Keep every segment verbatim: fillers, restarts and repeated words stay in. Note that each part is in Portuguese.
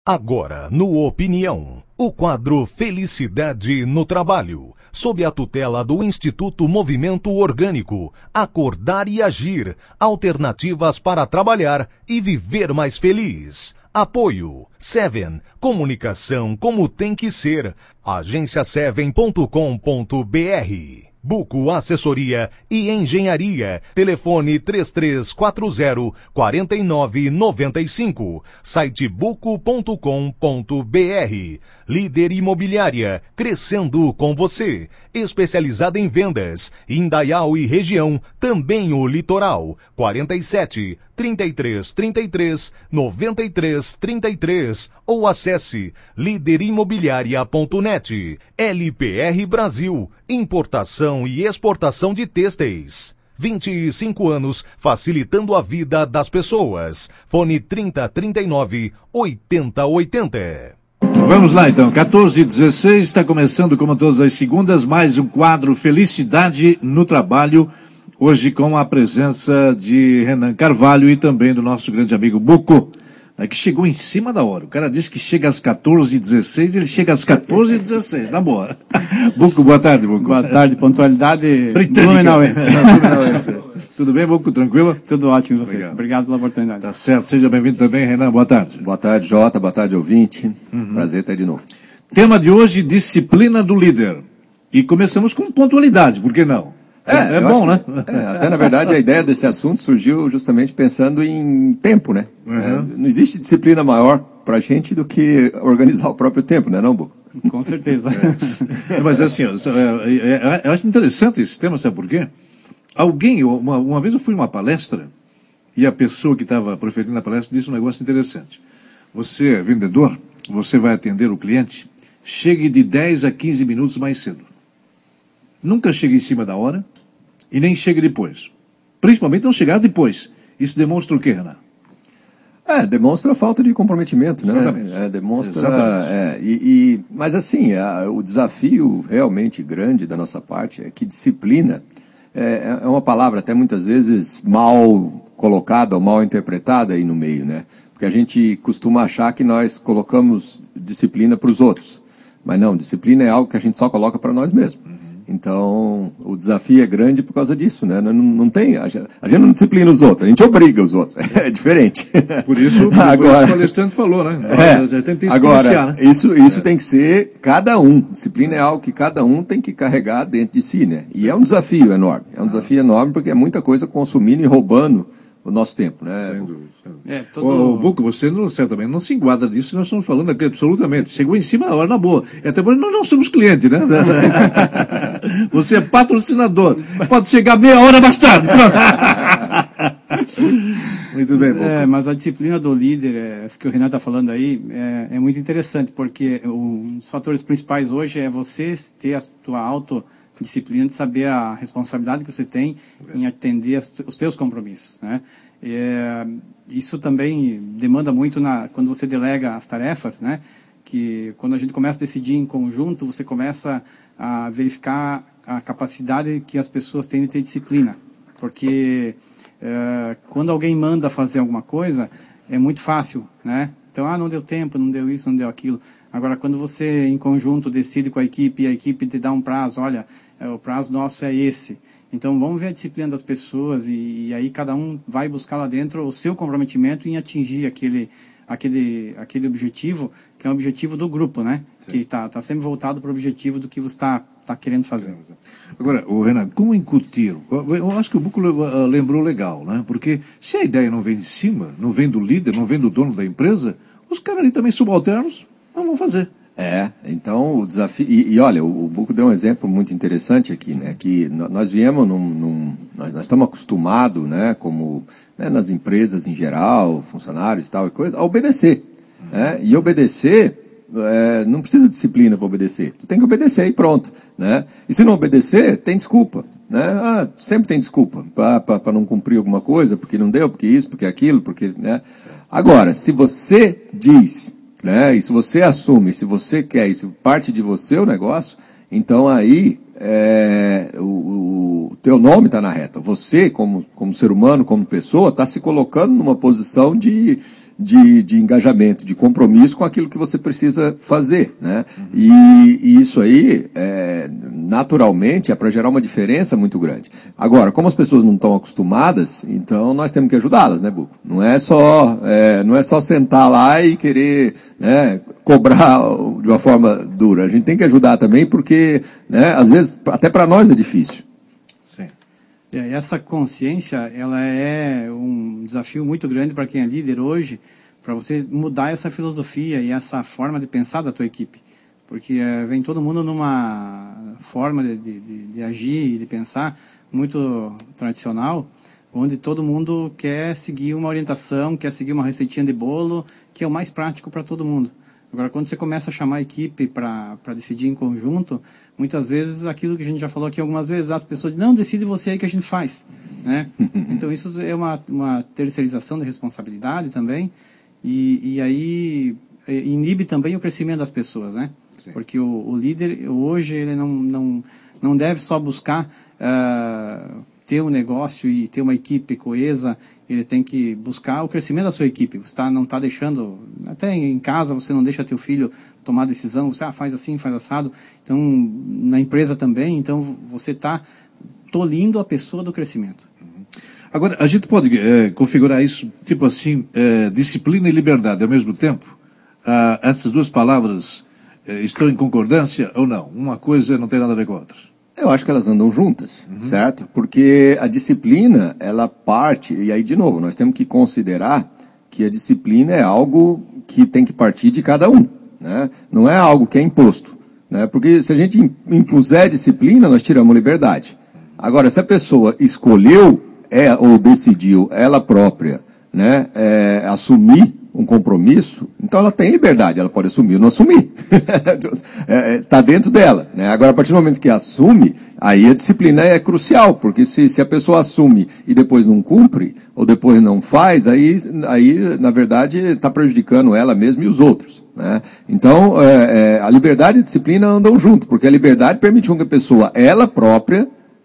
Agora, no Opinião, o quadro Felicidade no Trabalho, sob a tutela do Instituto Movimento Orgânico, Acordar e Agir, alternativas para trabalhar e viver mais feliz. Apoio Seven, comunicação como tem que ser, agência seven ponto com ponto br. Buco Assessoria e Engenharia, telefone três três quatro zero, quatro nove nove cinco, site buco ponto com ponto br. Líder Imobiliária, crescendo com você, especializada em vendas, Indaial e região, também o litoral, quarenta e sete, trinta e três, trinta e três, noventa e três, trinta e três, ou acesse líder imobiliária ponto net. L P R Brasil, importação e exportação de têxteis. vinte e cinco anos facilitando a vida das pessoas. Fone trinta, trinta e nove, oitenta, oitenta. Vamos lá então, quatorze e dezesseis, está começando como todas as segundas, mais um quadro Felicidade no Trabalho, hoje com a presença de Renan Carvalho e também do nosso grande amigo Buco, né, que chegou em cima da hora. O cara disse que chega às quatorze e dezesseis, ele chega às quatorze e dezesseis, na boa. Buco, boa tarde, Buco. Boa tarde, pontualidade blumenauense. Tudo bem, Buco? Tranquilo? Tudo ótimo, vocês. Obrigado. Obrigado pela oportunidade. Tá certo, seja bem-vindo também, Renan, boa tarde. Boa tarde, Jota, boa tarde, ouvinte. Uhum. Prazer estar aí de novo. Tema de hoje, disciplina do líder. E começamos com pontualidade, por que não? É, é bom, né? Que, é, até, na verdade, a ideia desse assunto surgiu justamente pensando em tempo, né? Uhum. É, não existe disciplina maior pra gente do que organizar o próprio tempo, né, não, Bu? Com certeza. É. Mas assim, eu, eu, eu acho interessante esse tema, sabe por quê? Alguém, uma, uma vez eu fui numa palestra, e a pessoa que estava proferindo a palestra disse um negócio interessante. Você é vendedor, você vai atender o cliente, chegue de dez a quinze minutos mais cedo. Nunca chegue em cima da hora e nem chegue depois. Principalmente não chegar depois. Isso demonstra o quê, Renan? É, demonstra falta de comprometimento, né? Exatamente. É, demonstra. Exatamente. É, e, e, mas assim, a, o desafio realmente grande da nossa parte é que disciplina é, é uma palavra até muitas vezes mal colocada ou mal interpretada aí no meio, né? Porque a gente costuma achar que nós colocamos disciplina para os outros. Mas não, disciplina é algo que a gente só coloca para nós mesmos. Uhum. Então, o desafio é grande por causa disso, né? Não, não tem, a gente, a gente não disciplina os outros, a gente obriga os outros. É diferente. Por isso, por agora, isso o Alexandre falou, né? É, tem que agora, né? isso, isso é. tem que ser cada um. Disciplina é algo que cada um tem que carregar dentro de si, né? E é um desafio enorme. É um desafio enorme porque é muita coisa consumindo e roubando o nosso tempo, né? Sem dúvida. Sem dúvida. É, todo... Ô, Buco, você não, certamente não se enquadra disso que nós estamos falando aqui, absolutamente. Chegou em cima da hora, na boa. E até porque nós não somos clientes, né? Você é patrocinador. Pode chegar meia hora mais tarde. Muito bem, Buco. É, mas a disciplina do líder, é, essa que o Renan está falando aí, é, é muito interessante, porque um dos fatores principais hoje é você ter a sua autodisciplina de saber a responsabilidade que você tem em atender as, os seus compromissos, né? É, isso também demanda muito na, quando você delega as tarefas, né? Que quando a gente começa a decidir em conjunto, você começa a verificar a capacidade que as pessoas têm de ter disciplina. Porque é, quando alguém manda fazer alguma coisa, é muito fácil, né? Então, ah, não deu tempo, não deu isso, não deu aquilo. Agora, quando você, em conjunto, decide com a equipe, e a equipe te dá um prazo, olha, é, o prazo nosso é esse. Então, vamos ver a disciplina das pessoas e, e aí cada um vai buscar lá dentro o seu comprometimento em atingir aquele, aquele, aquele objetivo, que é o objetivo do grupo, né? Sim. Que está tá sempre voltado para o objetivo do que você está tá querendo fazer. Agora, o Renan, como incutir? Eu acho que o Buco lembrou legal, né? Porque se a ideia não vem de cima, não vem do líder, não vem do dono da empresa, os caras ali também subalternos não vão fazer. É, então o desafio, e, e olha, o, o Buco deu um exemplo muito interessante aqui, né, que nós viemos num, num nós, nós estamos acostumados, né, como né, nas empresas em geral, funcionários e tal e coisa, a obedecer, uhum. né, e obedecer, é, não precisa de disciplina para obedecer, tu tem que obedecer e pronto, né, e se não obedecer, tem desculpa, né, ah, sempre tem desculpa para não cumprir alguma coisa, porque não deu, porque isso, porque aquilo, porque, né, agora, se você diz... Né? E se você assume, se você quer, e se parte de você o negócio, então aí é, o, o teu nome está na reta. Você, como, como ser humano, como pessoa, está se colocando numa posição de, de, de engajamento, de compromisso com aquilo que você precisa fazer, né? Uhum. E, e isso aí, é, naturalmente, é para gerar uma diferença muito grande. Agora, como as pessoas não estão acostumadas, então nós temos que ajudá-las, né, Buco? Não é só, é, não é só sentar lá e querer, né, cobrar de uma forma dura. A gente tem que ajudar também porque, né, às vezes, até para nós é difícil. E essa consciência, ela é um desafio muito grande para quem é líder hoje, para você mudar essa filosofia e essa forma de pensar da tua equipe. Porque é, vem todo mundo numa forma de, de, de agir e de pensar muito tradicional, onde todo mundo quer seguir uma orientação, quer seguir uma receitinha de bolo, que é o mais prático para todo mundo. Agora, quando você começa a chamar a equipe para decidir em conjunto, muitas vezes, aquilo que a gente já falou aqui algumas vezes, as pessoas dizem, não, decide você aí que a gente faz. Né? Então, isso é uma, uma terceirização de responsabilidade também, e, e aí inibe também o crescimento das pessoas, né? Sim. Porque o, o líder, hoje, ele não, não, não deve só buscar uh, ter um negócio e ter uma equipe coesa, ele tem que buscar o crescimento da sua equipe. Você tá, não está deixando, até em casa você não deixa teu filho tomar decisão, você ah, faz assim, faz assado. Então, na empresa também, então você está tolindo a pessoa do crescimento. Agora, a gente pode é, configurar isso, tipo assim, é, disciplina e liberdade ao mesmo tempo? Ah, essas duas palavras é, estão em concordância ou não? Uma coisa não tem nada a ver com a outra. Eu acho que elas andam juntas, uhum. certo? Porque a disciplina, ela parte, e aí de novo, nós temos que considerar que a disciplina é algo que tem que partir de cada um, né? Não é algo que é imposto, né? Porque se a gente impuser disciplina, nós tiramos liberdade. Agora, se a pessoa escolheu é, ou decidiu ela própria, né, é, assumir um compromisso, então ela tem liberdade, ela pode assumir ou não assumir. Está dentro dela, né? Agora, a partir do momento que assume, aí a disciplina é crucial, porque se, se a pessoa assume e depois não cumpre, ou depois não faz, aí, aí na verdade, está prejudicando ela mesma e os outros, né? Então, é, é, a liberdade e a disciplina andam junto, porque a liberdade permite que a pessoa, ela própria,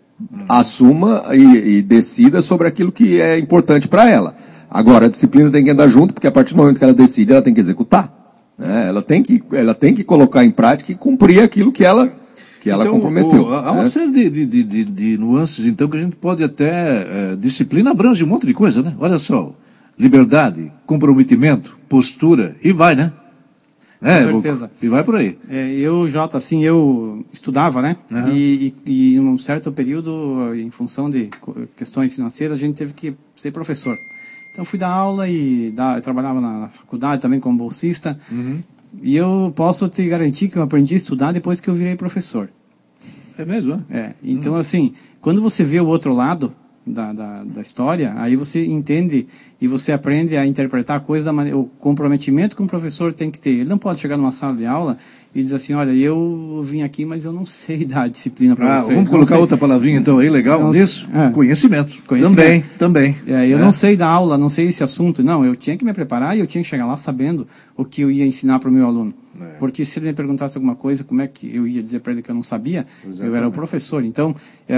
assuma e, e decida sobre aquilo que é importante para ela. Agora, a disciplina tem que andar junto, porque a partir do momento que ela decide, ela tem que executar. Né? Ela, tem que, ela tem que colocar em prática e cumprir aquilo que ela, que ela então, comprometeu. O, há uma né? série de, de, de, de nuances, então, que a gente pode até... É, disciplina abrange um monte de coisa, né? Olha só, liberdade, comprometimento, postura, e vai, né? É, com certeza. E vai por aí. É, eu, Jota, assim, eu estudava, né? Uhum. E, e, e em um certo período, em função de questões financeiras, a gente teve que ser professor. Então, fui dar aula e dar, eu trabalhava na faculdade também como bolsista. Uhum. E eu posso te garantir que eu aprendi a estudar depois que eu virei professor. É mesmo, é? É. Então, uhum. assim, quando você vê o outro lado da, da, da história, aí você entende e você aprende a interpretar a coisa da maneira, o comprometimento que um professor tem que ter. Ele não pode chegar numa sala de aula e dizer assim, olha, eu vim aqui, mas eu não sei dar disciplina para ah, você. Vamos colocar outra palavrinha, então, aí, legal, não, nisso? É. Conhecimento. Conhecimento. Também, também. É, eu é. não sei dar aula, não sei esse assunto. Não, eu tinha que me preparar e eu tinha que chegar lá sabendo o que eu ia ensinar para o meu aluno. É. Porque se ele me perguntasse alguma coisa, como é que eu ia dizer para ele que eu não sabia? Exatamente. Eu era o professor. Então,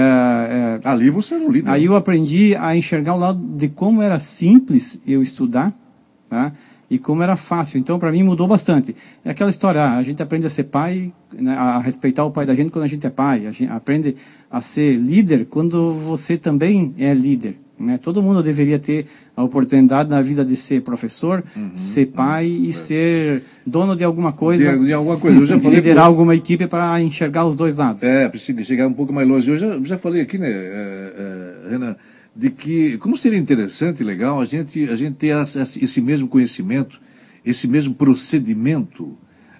é, é, ali você era o líder. Aí eu aprendi a enxergar o lado de como era simples eu estudar, tá? E como era fácil. Então, para mim, mudou bastante. É aquela história, ah, a gente aprende a ser pai, né, a respeitar o pai da gente quando a gente é pai. A gente aprende a ser líder quando você também é líder. Né? Todo mundo deveria ter a oportunidade na vida de ser professor, uhum, ser pai uhum, e é. ser dono de alguma coisa. De, de alguma coisa. Eu já falei liderar por... alguma equipe para enxergar os dois lados. É, precisa chegar um pouco mais longe. Eu já, já falei aqui, né, é, é, Renan, de que, como seria interessante e legal a gente, a gente ter esse mesmo conhecimento, esse mesmo procedimento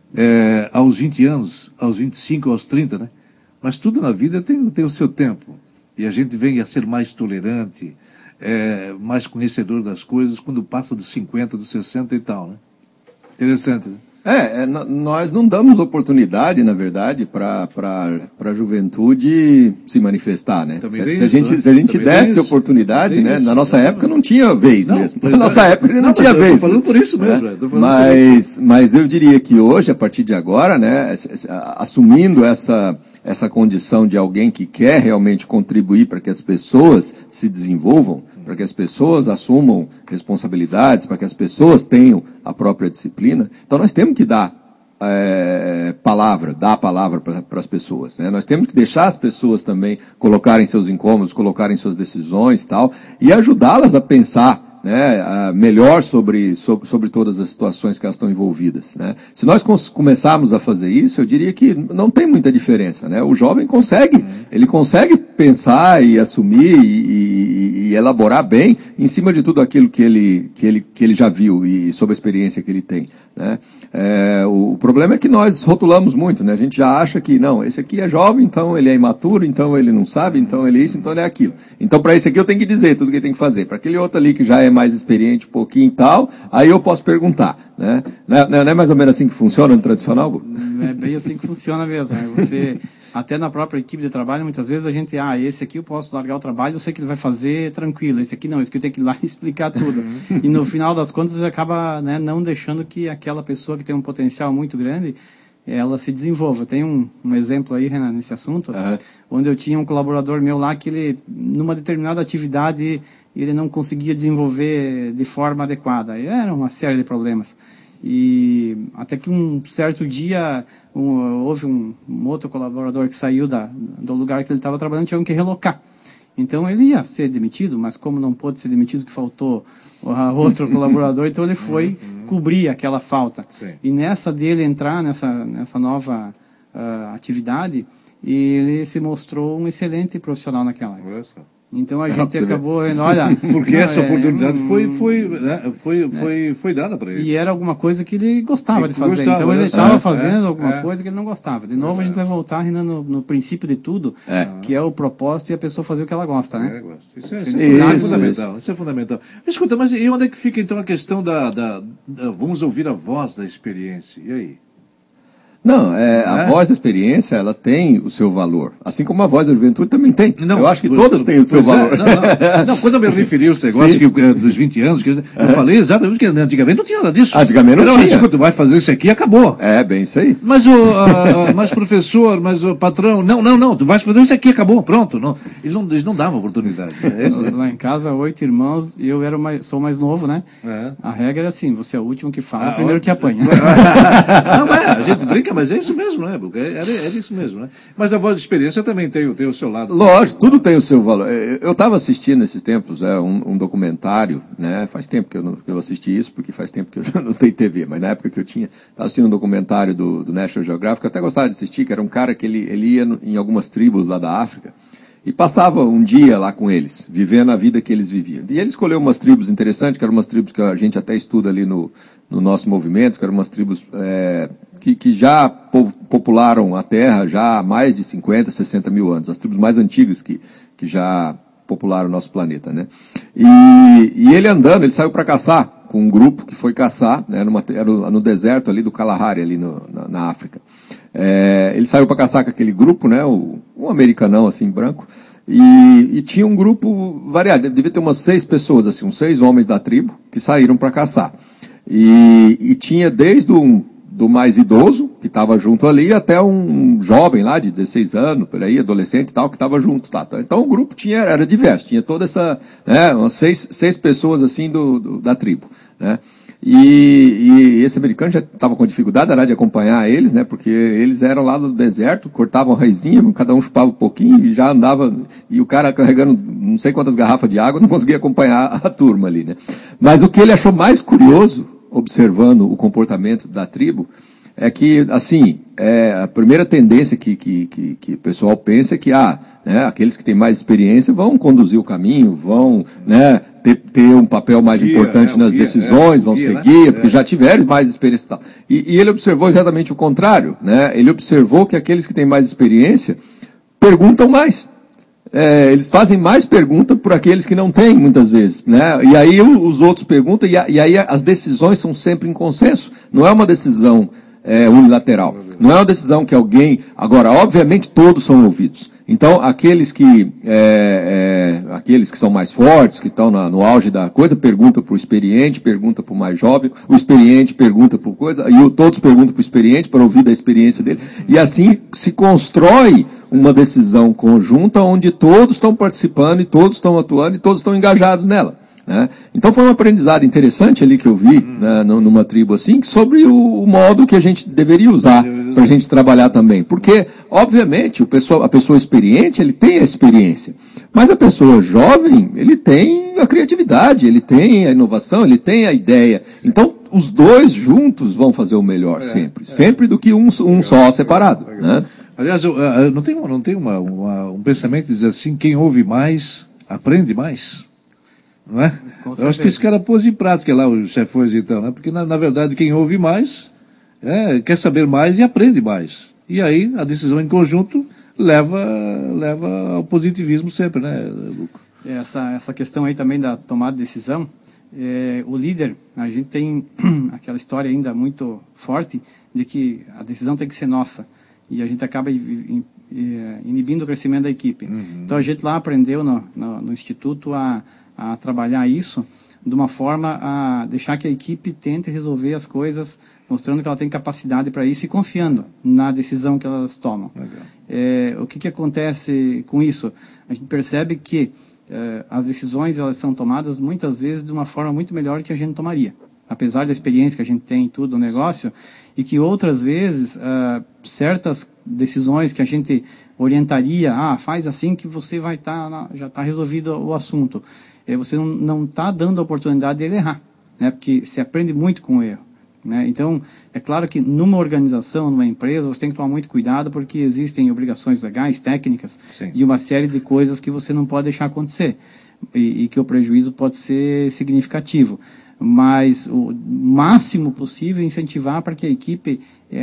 é, aos vinte anos, aos vinte e cinco, aos trinta, né? Mas tudo na vida tem, tem o seu tempo. E a gente vem a ser mais tolerante, é, mais conhecedor das coisas quando passa dos cinquenta, dos sessenta e tal, né? Interessante, né? É, é nós não damos oportunidade, na verdade, para a juventude se manifestar, né? Se, se, isso, a gente, né? se a gente desse oportunidade, né? Isso, na nossa época não tinha vez não, mesmo. Na nossa é. época não, não tinha vez. Estou falando por isso mesmo. Né? Mas, mas eu diria que hoje, a partir de agora, né? Assumindo essa, essa condição de alguém que quer realmente contribuir para que as pessoas se desenvolvam, para que as pessoas assumam responsabilidades, para que as pessoas tenham a própria disciplina. Então nós temos que dar é, palavra, dar a palavra para as pessoas, né? Nós temos que deixar as pessoas também colocarem seus incômodos, colocarem suas decisões e tal, e ajudá-las a pensar, né, melhor sobre, sobre, sobre todas as situações que elas estão envolvidas, né? Se nós começarmos a fazer isso, eu diria que não tem muita diferença, né? O jovem consegue, ele consegue pensar e assumir e, e, e elaborar bem em cima de tudo aquilo que ele, que ele, que ele já viu e sobre a experiência que ele tem, né? É, o, o problema é que nós rotulamos muito, né? A gente já acha que, não, esse aqui é jovem, então ele é imaturo, então ele não sabe, então ele é isso, então ele é aquilo. Então para esse aqui eu tenho que dizer tudo que ele tem que fazer. Para aquele outro ali que já é mais experiente um pouquinho e tal, aí eu posso perguntar, né? Não é, não é mais ou menos assim que funciona no tradicional? É bem assim que funciona mesmo, né? Você, até na própria equipe de trabalho, muitas vezes a gente, ah, esse aqui eu posso largar o trabalho, eu sei que ele vai fazer tranquilo, esse aqui não, esse aqui eu tenho que ir lá e explicar tudo. E no final das contas você acaba, né, não deixando que aquela pessoa que tem um potencial muito grande, ela se desenvolva. Eu tenho um, um exemplo aí, Renan, nesse assunto, uhum. onde eu tinha um colaborador meu lá que ele, numa determinada atividade, ele não conseguia desenvolver de forma adequada. Era uma série de problemas. E até que um certo dia, um, houve um, um outro colaborador que saiu da, do lugar que ele estava trabalhando, tinha que relocar. Então ele ia ser demitido, mas como não pôde ser demitido, que faltou outro colaborador, então ele foi cobrir aquela falta. Sim. E nessa dele entrar nessa, nessa nova uh, atividade, ele se mostrou um excelente profissional naquela área. Então a gente acabou vendo, olha... Porque não, essa oportunidade é, foi, foi, né, foi, foi, foi dada para ele. E era alguma coisa que ele gostava ele de fazer. Gostava, então ele estava é, fazendo é, alguma é. coisa que ele não gostava. De novo é. a gente vai voltar ainda no, no princípio de tudo, é. que é o propósito e a pessoa fazer o que ela gosta, né? É, isso, é, isso, isso, é fundamental. Isso é fundamental. Mas escuta, mas e onde é que fica então a questão da, da, da... Vamos ouvir a voz da experiência. E aí? Não, é, a é. voz da experiência, ela tem o seu valor. Assim como a voz da juventude também tem. Não, eu acho que todas têm o seu valor. É. Não, não. não, quando eu me referi a esse negócio que, dos vinte anos, que eu é. falei exatamente que antigamente não tinha nada disso. Antigamente não, não tinha. Tu vai fazer isso aqui e acabou. É, bem isso aí. Mas o uh, mas professor, mas o patrão, não, não, não, tu vai fazer isso aqui e acabou, pronto. Não. Eles, não, eles não davam oportunidade. É Lá em casa, oito irmãos, e eu era mais, sou mais novo, né? É. A regra é assim, você é o último que fala, ah, primeiro que apanha. Não, é, a gente brinca, mas é isso mesmo, né? Era, era isso mesmo, né? Mas a voz de experiência também tem, tem o seu lado. Lógico, tudo tem o seu valor. Eu estava assistindo nesses tempos é, um, um documentário, né? Faz tempo que eu, não, que eu assisti isso, porque faz tempo que eu não tenho T V, mas na época que eu tinha, estava assistindo um documentário do, do National Geographic, eu até gostava de assistir, que era um cara que ele, ele ia no, em algumas tribos lá da África, e passava um dia lá com eles, vivendo a vida que eles viviam. E ele escolheu umas tribos interessantes, que eram umas tribos que a gente até estuda ali no, no nosso movimento, que eram umas tribos é, que, que já popularam a Terra já há mais de cinquenta, sessenta mil anos, as tribos mais antigas que, que já popularam o nosso planeta, né? E, e ele andando, ele saiu para caçar com um grupo que foi caçar, né, numa, era no deserto ali do Kalahari, ali no, na, na África. É, ele saiu para caçar com aquele grupo, né, o, um americanão assim, branco, e, e tinha um grupo variado, devia ter umas seis pessoas, assim, uns seis homens da tribo que saíram para caçar. E, e tinha desde um do mais idoso, que estava junto ali, até um jovem lá de dezesseis anos, por aí, adolescente e tal, que estava junto. Tá? Então o grupo tinha, era diverso, tinha toda essa, né, umas seis, seis pessoas assim do, do, da tribo, né? E, e esse americano já estava com dificuldade né, de acompanhar eles, né, porque eles eram lá no deserto, cortavam a raizinha, cada um chupava um pouquinho e já andava, e o cara carregando não sei quantas garrafas de água, não conseguia acompanhar a turma ali, né. Mas o que ele achou mais curioso, observando o comportamento da tribo, é que, assim, é, a primeira tendência que, que, que, que o pessoal pensa é que, ah, né, aqueles que têm mais experiência vão conduzir o caminho, vão, né, ter, ter um papel mais guia, importante é, nas guia, decisões, é, vão guia, ser guia, né? Porque é. já tiveram mais experiência e tal. E, e ele observou exatamente o contrário, né, ele observou que aqueles que têm mais experiência perguntam mais. É, eles fazem mais perguntas por aqueles que não têm, muitas vezes, né? E aí os outros perguntam, e, a, e aí as decisões são sempre em consenso. Não é uma decisão é, unilateral. Não é uma decisão que alguém... Agora, obviamente, todos são ouvidos. Então, aqueles que, é, é, aqueles que são mais fortes, que estão na, no auge da coisa, perguntam para o experiente, perguntam para o mais jovem, o experiente pergunta por coisa, e o, todos perguntam para o experiente, para ouvir da experiência dele. E assim se constrói uma decisão conjunta onde todos estão participando e todos estão atuando e todos estão engajados nela. Né? Então foi um aprendizado interessante ali que eu vi hum. né, numa tribo assim, sobre o, o modo que a gente deveria usar para a gente trabalhar também. Porque, obviamente, o pessoa, a pessoa experiente, ele tem a experiência. Mas a pessoa jovem, ele tem a criatividade, ele tem a inovação, ele tem a ideia. Então, os dois juntos vão fazer o melhor é, sempre. É. Sempre do que um, um só separado. Né? Aliás, eu, eu não tem, não tem uma, uma, um pensamento que diz assim, quem ouve mais, aprende mais. Não é? Eu acho que esse cara pôs em prática lá os chefões então, né? Porque na, na verdade quem ouve mais é, quer saber mais e aprende mais. E aí a decisão em conjunto leva, leva ao positivismo sempre, né, Luco? Essa, essa questão aí também da tomada de decisão, é, o líder, a gente tem aquela história ainda muito forte de que a decisão tem que ser nossa. E a gente acaba inibindo o crescimento da equipe. Uhum. Então a gente lá aprendeu no, no, no Instituto a a trabalhar isso de uma forma a deixar que a equipe tente resolver as coisas, mostrando que ela tem capacidade para isso e confiando na decisão que elas tomam. É, o que, que acontece com isso? A gente percebe que é, as decisões elas são tomadas muitas vezes de uma forma muito melhor que a gente tomaria, apesar da experiência que a gente tem em tudo o negócio, e que outras vezes uh, certas decisões que a gente orientaria, ah, faz assim que você vai estar, tá, já está resolvido o assunto. Você não está dando a oportunidade dele errar, né? Porque se aprende muito com o erro. Né? Então, é claro que numa organização, numa empresa, você tem que tomar muito cuidado porque existem obrigações legais, técnicas, Sim. e uma série de coisas que você não pode deixar acontecer e, e que o prejuízo pode ser significativo. Mas o máximo possível incentivar para que a equipe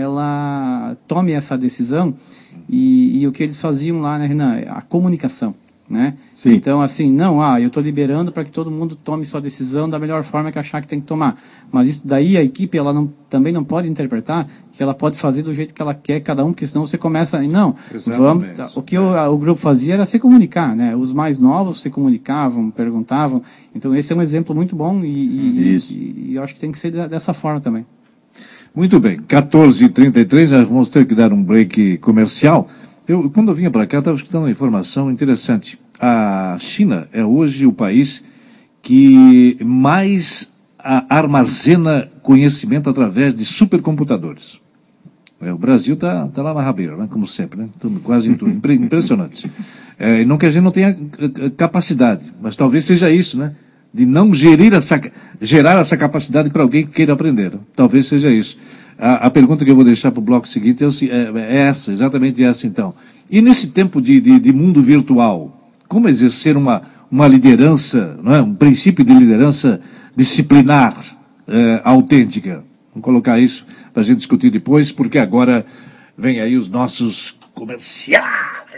ela tome essa decisão e, e o que eles faziam lá, né, Renan? A comunicação. Né? Então, assim, não, ah, eu estou liberando para que todo mundo tome sua decisão da melhor forma que achar que tem que tomar. Mas isso daí a equipe ela não, também não pode interpretar que ela pode fazer do jeito que ela quer, cada um, porque senão você começa, não, vamos, o que o, o grupo fazia era se comunicar, né? Os mais novos se comunicavam, perguntavam. Então, esse é um exemplo muito bom e, e, e, e eu acho que tem que ser dessa forma também. Muito bem, quatorze e trinta e três, nós vamos ter que dar um break comercial. Eu, quando eu vinha para cá, estava escutando uma informação interessante. A China é hoje o país que mais a, armazena conhecimento através de supercomputadores. É, o Brasil está tá lá na rabeira, né? Como sempre, né? Tudo, quase em tudo. Impressionante. É, não que a gente não tenha capacidade, mas talvez seja isso, né? De não gerir essa, gerar essa capacidade para alguém que queira aprender. Né? Talvez seja isso. A, a pergunta que eu vou deixar para o bloco seguinte é, é, é essa, exatamente essa então. E nesse tempo de, de, de mundo virtual, como exercer uma, uma liderança, não é? Um princípio de liderança disciplinar, é, autêntica? Vamos colocar isso para a gente discutir depois, porque agora vem aí os nossos comerciais.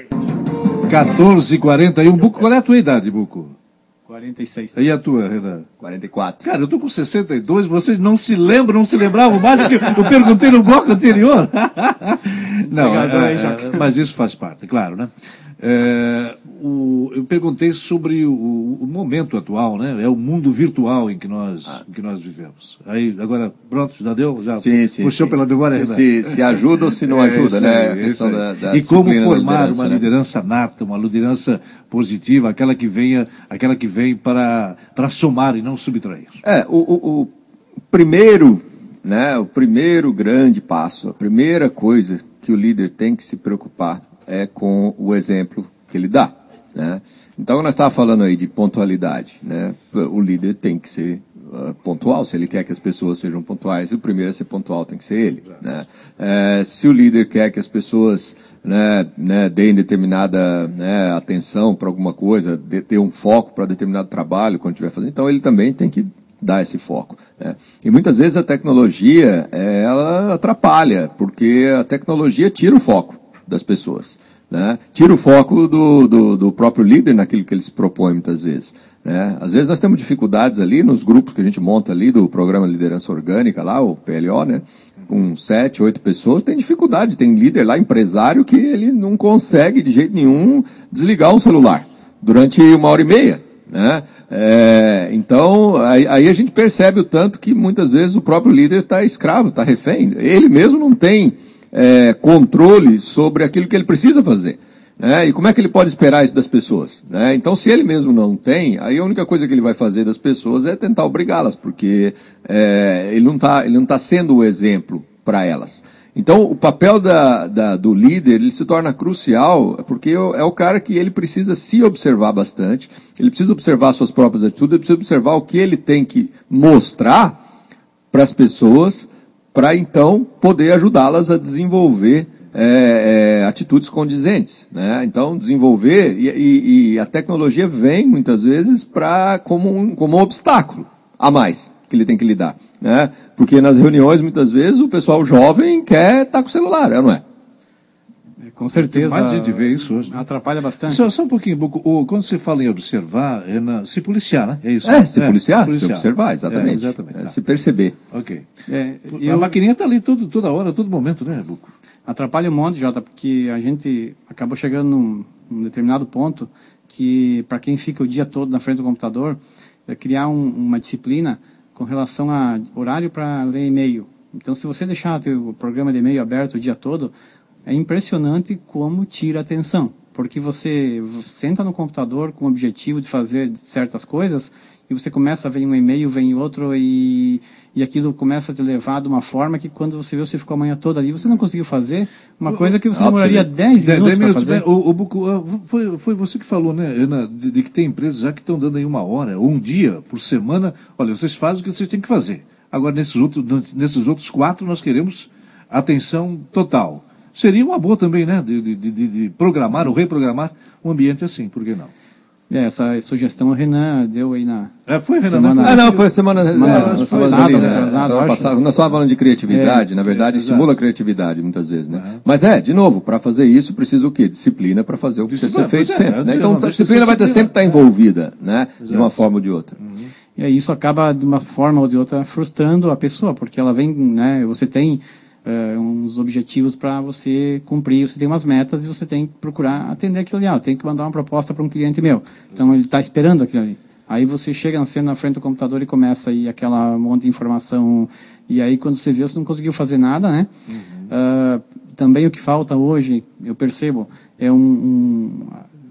quatorze e quarenta e um. Buco, qual é a tua idade, Buco? quarenta e seis. E a tua, Renan? quarenta e quatro. Cara, eu tô com sessenta e dois, vocês não se lembram, não se lembravam mais do que eu perguntei no bloco anterior. Não, é, é, mas isso faz parte, claro, né? É, o, eu perguntei sobre o, o momento atual, né? É o mundo virtual em que nós, ah. em que nós vivemos. Aí, agora, pronto, já deu? Já sim, sim, puxou sim. pela memória? Se, se, se ajuda ou se não ajuda, é, né? A questão da, da e como formar liderança, uma né? liderança nata, uma liderança positiva, aquela que venha, aquela que vem para, para somar e não subtrair. É, o, o, o primeiro, né? O primeiro grande passo, a primeira coisa que o líder tem que se preocupar é com o exemplo que ele dá, né? Então, nós estávamos falando aí de pontualidade, né? O líder tem que ser uh, pontual, se ele quer que as pessoas sejam pontuais, o primeiro a ser pontual tem que ser ele, né? É, se o líder quer que as pessoas, né, né, deem determinada, né, atenção para alguma coisa, de, ter um foco para determinado trabalho quando estiver fazendo, então ele também tem que dar esse foco, né? E muitas vezes a tecnologia, é, ela atrapalha, porque a tecnologia tira o foco das pessoas, né? Tira o foco do, do, do próprio líder naquilo que ele se propõe muitas vezes, né? Às vezes nós temos dificuldades ali nos grupos que a gente monta ali do programa Liderança Orgânica, lá, o P L O, né? Com sete, oito pessoas, tem dificuldade, tem líder lá, empresário, que ele não consegue de jeito nenhum desligar um celular durante uma hora e meia, né? É, então, aí, aí a gente percebe o tanto que muitas vezes o próprio líder está escravo, está refém, ele mesmo não tem É, controle sobre aquilo que ele precisa fazer. Né? E como é que ele pode esperar isso das pessoas? Né? Então, se ele mesmo não tem, aí a única coisa que ele vai fazer das pessoas é tentar obrigá-las, porque é, ele não está ele não tá sendo o exemplo para elas. Então, o papel da, da, do líder, ele se torna crucial, porque é o cara que ele precisa se observar bastante, ele precisa observar suas próprias atitudes, ele precisa observar o que ele tem que mostrar para as pessoas, para então poder ajudá-las a desenvolver é, é, atitudes condizentes. Né? Então, desenvolver, e, e, e a tecnologia vem, muitas vezes, pra, como, um, como um obstáculo a mais que ele tem que lidar. Né? Porque nas reuniões, muitas vezes, o pessoal jovem quer estar com o celular, é, não é? Com certeza. Mais a gente vê isso hoje. Né? Atrapalha bastante. Só, só um pouquinho, Buco, quando você fala em observar, é na, se policiar, né? É isso? É, se é, policiar, se policiar, se observar, exatamente. É, exatamente. É, Tá. se perceber. Ok. É, A eu... maquininha está ali todo, toda hora, todo momento, né, Buco? Atrapalha um monte, Jota, porque a gente acabou chegando num, num determinado ponto que, para quem fica o dia todo na frente do computador, é criar um, uma disciplina com relação a horário para ler e-mail. Então, se você deixar o programa de e-mail aberto o dia todo, é impressionante como tira a atenção. Porque você senta no computador com o objetivo de fazer certas coisas e você começa a ver um e-mail, vem outro e, e aquilo começa a te levar de uma forma que quando você vê, você ficou a manhã toda ali, você não conseguiu fazer uma coisa que você demoraria dez minutos para fazer. O, o Buco, foi, foi você que falou, né, Ana, de, de que tem empresas já que estão dando aí uma hora ou um dia por semana. Olha, vocês fazem o que vocês têm que fazer. Agora, nesses outros, nesses outros quatro, nós queremos atenção total. Seria uma boa também, né, de, de, de, de programar ou reprogramar um ambiente assim, por que não? É, essa sugestão o Renan deu aí na... É, foi, Renan, semana... né? Ah, não, foi semana, semana, é, semana passada, ali, né? atrasado, Semana passada, nós estávamos falando de criatividade, É, na verdade, é, estimula a exato. criatividade muitas vezes, né? Uhum. Mas é, de novo, para fazer isso, precisa o quê? Disciplina para fazer o que precisa ser feito Pois é, sempre. é, Né? não, Então, não, a deixa disciplina ser vai ter disciplina. sempre estar envolvida, né? De Exato. uma forma ou de outra. Uhum. E aí isso acaba, de uma forma ou de outra, frustrando a pessoa, porque ela vem, né, você tem uh, uns objetivos para você cumprir, você tem umas metas e você tem que procurar atender aquilo ali. Ah, eu tenho que mandar uma proposta para um cliente meu. Então ele está esperando aquilo ali. Aí você chega na frente do computador e começa aí aquela monte de informação, e aí quando você vê, você não conseguiu fazer nada, né? Uhum. Uh, também o que falta hoje, eu percebo, é um, um,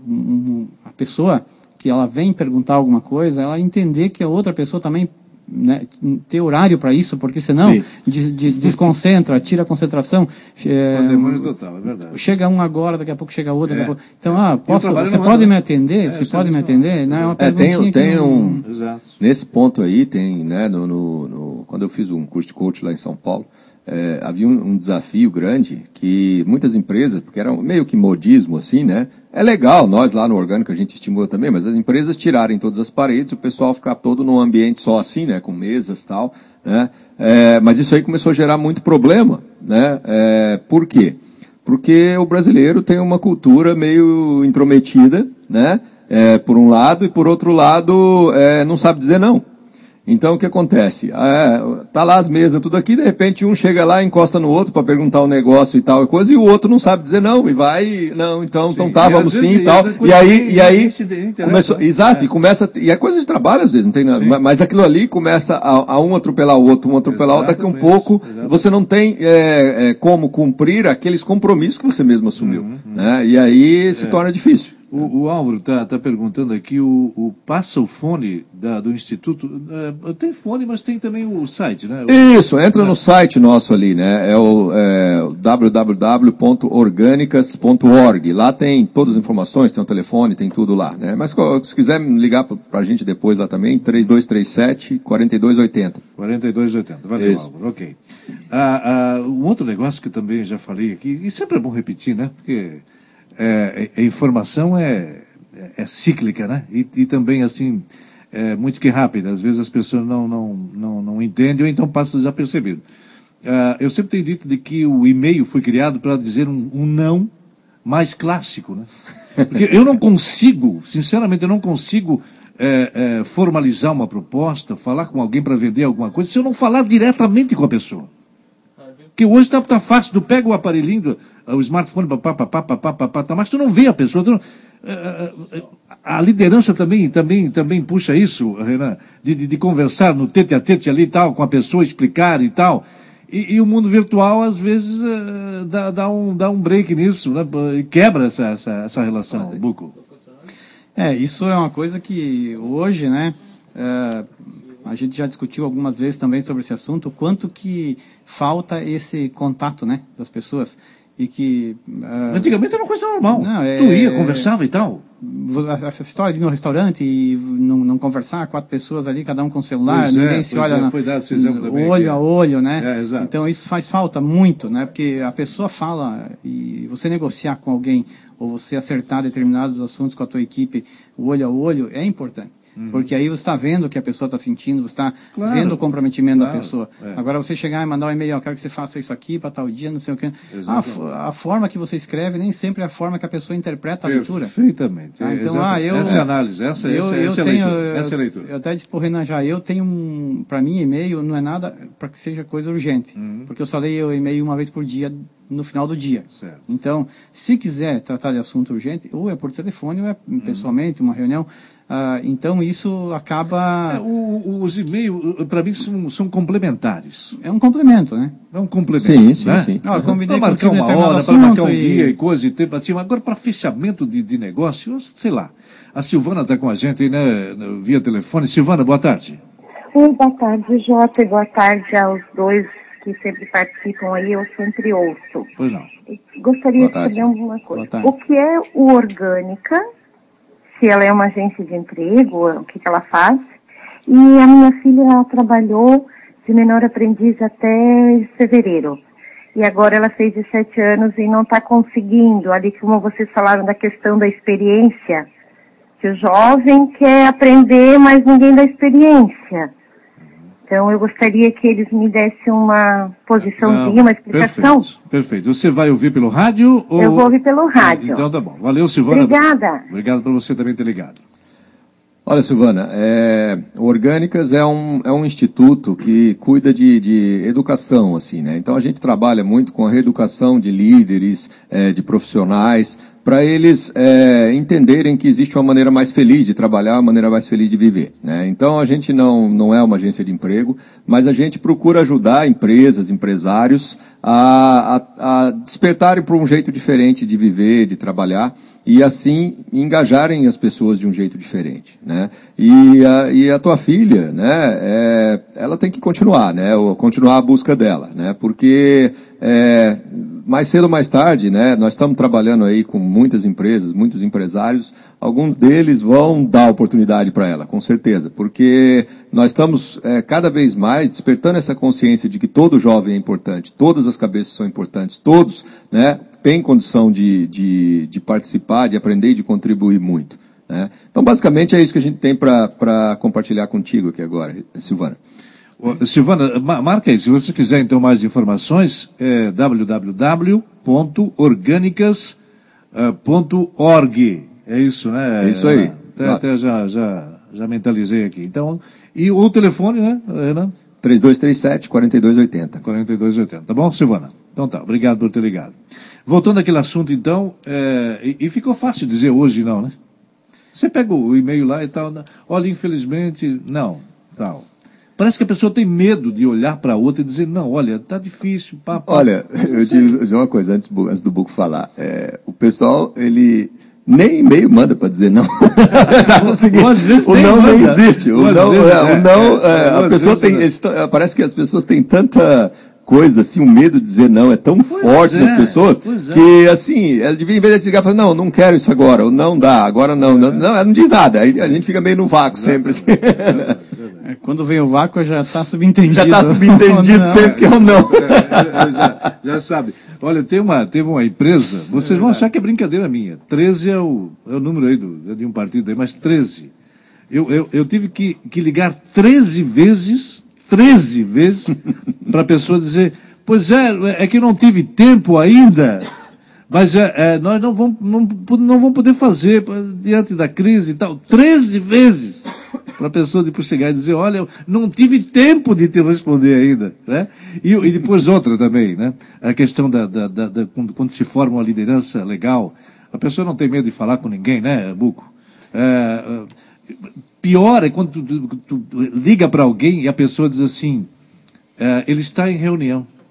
um, a pessoa que ela vem perguntar alguma coisa, ela entender que a outra pessoa também, né, ter horário para isso, porque senão de, de, desconcentra, tira a concentração. É, pandemônio total, é verdade. Chega um agora, daqui a pouco chega outro, É, daqui a pouco. Então, é. ah, posso, você pode anda, me né? atender? É, você pode me atender? Não, é uma é, tem, tem não... um. Exato. Nesse ponto aí, tem, né, no, no, no, quando eu fiz um curso de coach lá em São Paulo, é, havia um, um desafio grande que muitas empresas, porque era meio que modismo assim, né? É legal, nós lá no Orgânico a gente estimula também, mas as empresas tirarem todas as paredes, o pessoal ficar todo num ambiente só assim, né? Com mesas e tal, né? É, mas isso aí começou a gerar muito problema, né? É, por quê? Porque o brasileiro tem uma cultura meio intrometida, né? É, por um lado, e por outro lado, é, não sabe dizer não. Então, o que acontece? É, tá lá as mesas, tudo aqui, de repente um chega lá, encosta no outro para perguntar um negócio e tal e coisa, e o outro não sabe dizer não, e vai, não, então, então tá, vamos sim e tal. E aí, e aí, começou, exato, e começa, e é coisa de trabalho às vezes, não tem nada, mas aquilo ali começa a, a um atropelar o outro, um atropelar o outro, daqui a um pouco, você não tem é, é, como cumprir aqueles compromissos que você mesmo assumiu, uhum, né? E aí se é. torna difícil. O, o Álvaro está tá perguntando aqui, o, o passa o fone da, do Instituto, é, tem fone, mas tem também o site, né? O, Isso, entra é. no site nosso ali, né? É o é, w w w ponto orgânicas ponto org. Lá tem todas as informações, tem o telefone, tem tudo lá, né? Mas se quiser ligar para a gente depois lá também, três dois três sete, quatro dois oito zero. quatro dois oito zero, valeu, Isso. Álvaro, ok. Ah, ah, um outro negócio que eu também já falei aqui, e sempre é bom repetir, né? Porque... É, a informação é, é, é cíclica, né? E, e também, assim, é muito que rápida. Às vezes as pessoas não, não, não, não entendem ou então passam desapercebido. Uh, eu sempre tenho dito de que o e-mail foi criado para dizer um, um não mais clássico, né? Porque eu não consigo, sinceramente, eu não consigo é, é, formalizar uma proposta, falar com alguém para vender alguma coisa, se eu não falar diretamente com a pessoa. Porque hoje está tá fácil, tu pega o aparelhinho, do, o smartphone, papá, papá, papá, papá, tá, mas tu não vê a pessoa. Tu não, a liderança também, também, também puxa isso, Renan, de, de, de conversar no tete a tete ali e tal, com a pessoa, explicar e tal. E, e o mundo virtual, às vezes, uh, dá, dá, um, dá um break nisso, né? E quebra essa, essa, essa relação, Buco. É, isso é uma coisa que hoje, né, é, a gente já discutiu algumas vezes também sobre esse assunto, o quanto que falta esse contato, né, das pessoas. E que... Uh, Antigamente era uma coisa normal. Não, é, tu ia, conversava e tal. Essa história de ir no restaurante e não, não conversar, quatro pessoas ali, cada um com o celular, pois ninguém é, se olha é, na, foi dado esse exemplo também, olho é. a olho, né? É, exato. Então isso faz falta muito, né? Porque a pessoa fala e você negociar com alguém ou você acertar determinados assuntos com a tua equipe, o olho a olho, é importante. Uhum. Porque aí você está vendo o que a pessoa está sentindo, você está claro, vendo o comprometimento claro, da pessoa. É. Agora você chegar e mandar um e-mail, eu quero que você faça isso aqui para tal dia, não sei o quê. A, a forma que você escreve nem sempre é a forma que a pessoa interpreta a leitura. Perfeitamente. Ah, então, ah, eu, essa é a análise, essa, eu, essa, eu essa tenho, é a leitura. Essa é a leitura. Eu, eu até disse para o Renan já, eu tenho um, para mim e-mail não é nada para que seja coisa urgente, uhum. porque eu só leio o e-mail uma vez por dia no final do dia. Certo. Então, se quiser tratar de assunto urgente, ou é por telefone ou é uhum. pessoalmente, uma reunião. Uh, então isso acaba... É, o, o, os e-mails, para mim, são, são complementares. É um complemento, né? É um complemento. Sim, sim, né? sim. Para marcar uma hora, para marcar um e... dia e coisa e tempo assim. Agora, para fechamento de, de negócio, sei lá. A Silvana está com a gente aí, né, via telefone. Silvana, boa tarde. Oi, boa tarde, Jota. Boa tarde aos dois que sempre participam aí, eu sempre ouço. Pois não. Gostaria de saber uma coisa. O que é o Orgânica? Se ela é uma agência de emprego, o que, que ela faz. E a minha filha trabalhou de menor aprendiz até fevereiro. E agora ela fez dezessete anos e não está conseguindo, ali como vocês falaram da questão da experiência, que o jovem quer aprender, mas ninguém dá experiência. Então eu gostaria que eles me dessem uma posiçãozinha, não, uma explicação. Perfeito, perfeito. Você vai ouvir pelo rádio? Ou... Eu vou ouvir pelo rádio. Então tá bom. Valeu, Silvana. Obrigada. Obrigado por você também ter ligado. Olha, Silvana, é, o Orgânicas é um, é um instituto que cuida de, de educação, assim, né? Então a gente trabalha muito com a reeducação de líderes, é, de profissionais, para eles é, entenderem que existe uma maneira mais feliz de trabalhar, uma maneira mais feliz de viver, né? Então a gente não, não é uma agência de emprego, mas a gente procura ajudar empresas, empresários a, a, a despertarem para um jeito diferente de viver, de trabalhar, e assim engajarem as pessoas de um jeito diferente, né? E a, e a tua filha, né, é, ela tem que continuar, né, ou continuar a busca dela, né, porque é, mais cedo ou mais tarde, né, nós estamos trabalhando aí com muitas empresas, muitos empresários, alguns deles vão dar oportunidade para ela, com certeza, porque nós estamos é, cada vez mais despertando essa consciência de que todo jovem é importante, todas as cabeças são importantes, todos, né, têm condição de, de, de participar, de aprender e de contribuir muito, né? Então, basicamente, é isso que a gente tem para compartilhar contigo aqui agora, Silvana. Ô, Silvana, marca aí, se você quiser então mais informações, é w w w ponto orgânicas ponto org. É isso, né? É isso aí. Até, até já, já, já mentalizei aqui. Então, e o telefone, né, Renan? três dois três sete, quatro dois oito zero. quatro dois oito zero. Tá bom, Silvana? Então tá, obrigado por ter ligado. Voltando àquele assunto, então, é, e, e ficou fácil dizer hoje não, né? Você pega o e-mail lá e tal, olha, infelizmente, não, tal. Parece que a pessoa tem medo de olhar para a outra e dizer, não, olha, tá difícil, papo. Olha, eu te dizer uma coisa, antes, antes do Buco falar. É, o pessoal, ele nem e-mail manda para dizer não. o não nem existe. O não, é, o não é, a pessoa tem, parece que as pessoas têm tanta coisa, assim, o medo de dizer não é tão pois forte é, nas pessoas, que, assim, ela devia, em vez de ligar, falar, não, não quero isso agora, ou não dá, agora não, é. não, não, ela não diz nada, aí a gente fica meio no vácuo sempre, assim. É, quando vem o vácuo já está subentendido. Já está subentendido sempre que é o não. É, já, já sabe. Olha, tem uma, teve uma empresa, vocês vão achar que é brincadeira minha, treze é o, é o número aí do, de um partido aí, mas treze. Eu, eu, eu tive que, que ligar treze vezes, treze vezes, para a pessoa dizer, pois é, é que eu não tive tempo ainda, mas é, é, nós não vamos, não, não vamos poder fazer diante da crise e tal. treze vezes para a pessoa depois chegar e dizer, olha, não tive tempo de te responder ainda, né? E, e depois outra também, né? A questão da, da, da, da quando, quando se forma uma liderança legal, a pessoa não tem medo de falar com ninguém, né, Buco? É, pior é quando tu, tu, tu liga para alguém e a pessoa diz assim, é, ele está em reunião.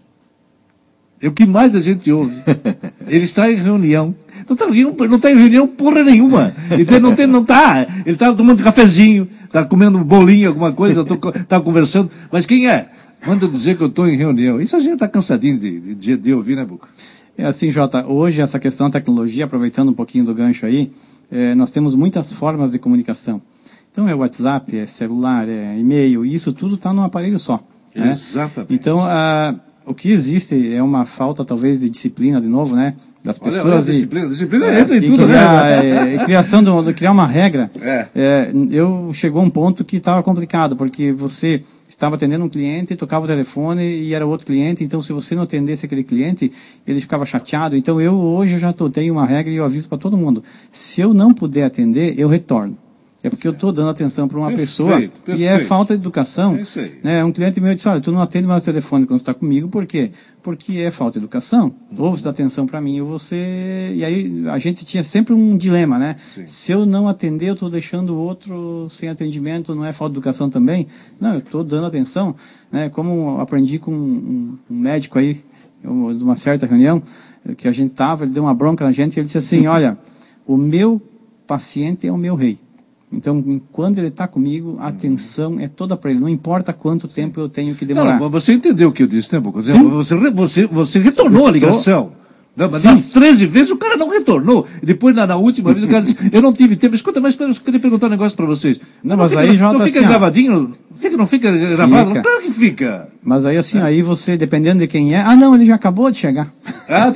É o que mais a gente ouve. Ele está em reunião. Não está não tá em reunião porra nenhuma. Ele não está, não tá, ele está tomando cafezinho, está comendo um bolinho, alguma coisa, está conversando. Mas quem é? Manda dizer que eu estou em reunião. Isso a gente está cansadinho de, de, de ouvir, né, Buca? É assim, Jota, hoje essa questão da tecnologia, aproveitando um pouquinho do gancho aí, é, nós temos muitas formas de comunicação. Então é WhatsApp, é celular, é e-mail, e isso tudo está num aparelho só. Né? Exatamente. Então, a, o que existe é uma falta, talvez, de disciplina, de novo, né? Das pessoas. Olha, olha, e, disciplina, disciplina é, entra em tudo, criar, né? É, criação de, de criar uma regra. É. É, eu chegou a um ponto que estava complicado, porque você estava atendendo um cliente, tocava o telefone e era outro cliente, então se você não atendesse aquele cliente, ele ficava chateado. Então eu hoje eu já tô, tenho uma regra e eu aviso para todo mundo. Se eu não puder atender, eu retorno. É porque eu estou dando atenção para uma perfeito, pessoa perfeito. E é falta de educação. É isso aí. Né? Um cliente meu disse, olha, tu não atende mais o telefone quando você está comigo, por quê? Porque é falta de educação. Uhum. Ou você dá atenção para mim, ou você... E aí a gente tinha sempre um dilema, né? Sim. Se eu não atender, eu estou deixando o outro sem atendimento, não é falta de educação também? Não, eu estou dando atenção. Né? Como aprendi com um, um médico aí, de uma certa reunião, que a gente estava, ele deu uma bronca na gente, e ele disse assim, olha, o meu paciente é o meu rei. Então, quando ele está comigo, a atenção é toda para ele. Não importa quanto Sim. tempo eu tenho que demorar. Não, você entendeu o que eu disse, né, Boca? Você, você, você retornou a ligação. Não, mas nas treze vezes o cara não retornou. E depois, na, na última vez, o cara disse, eu não tive tempo. Escuta, mas eu queria perguntar um negócio para vocês. Não, não mas fica, aí, Jota, não fica assim, gravadinho? Fica, não fica gravado? Fica. Claro que fica. Mas aí, assim, é. aí você, dependendo de quem é... Ah, não, ele já acabou de chegar. Ah,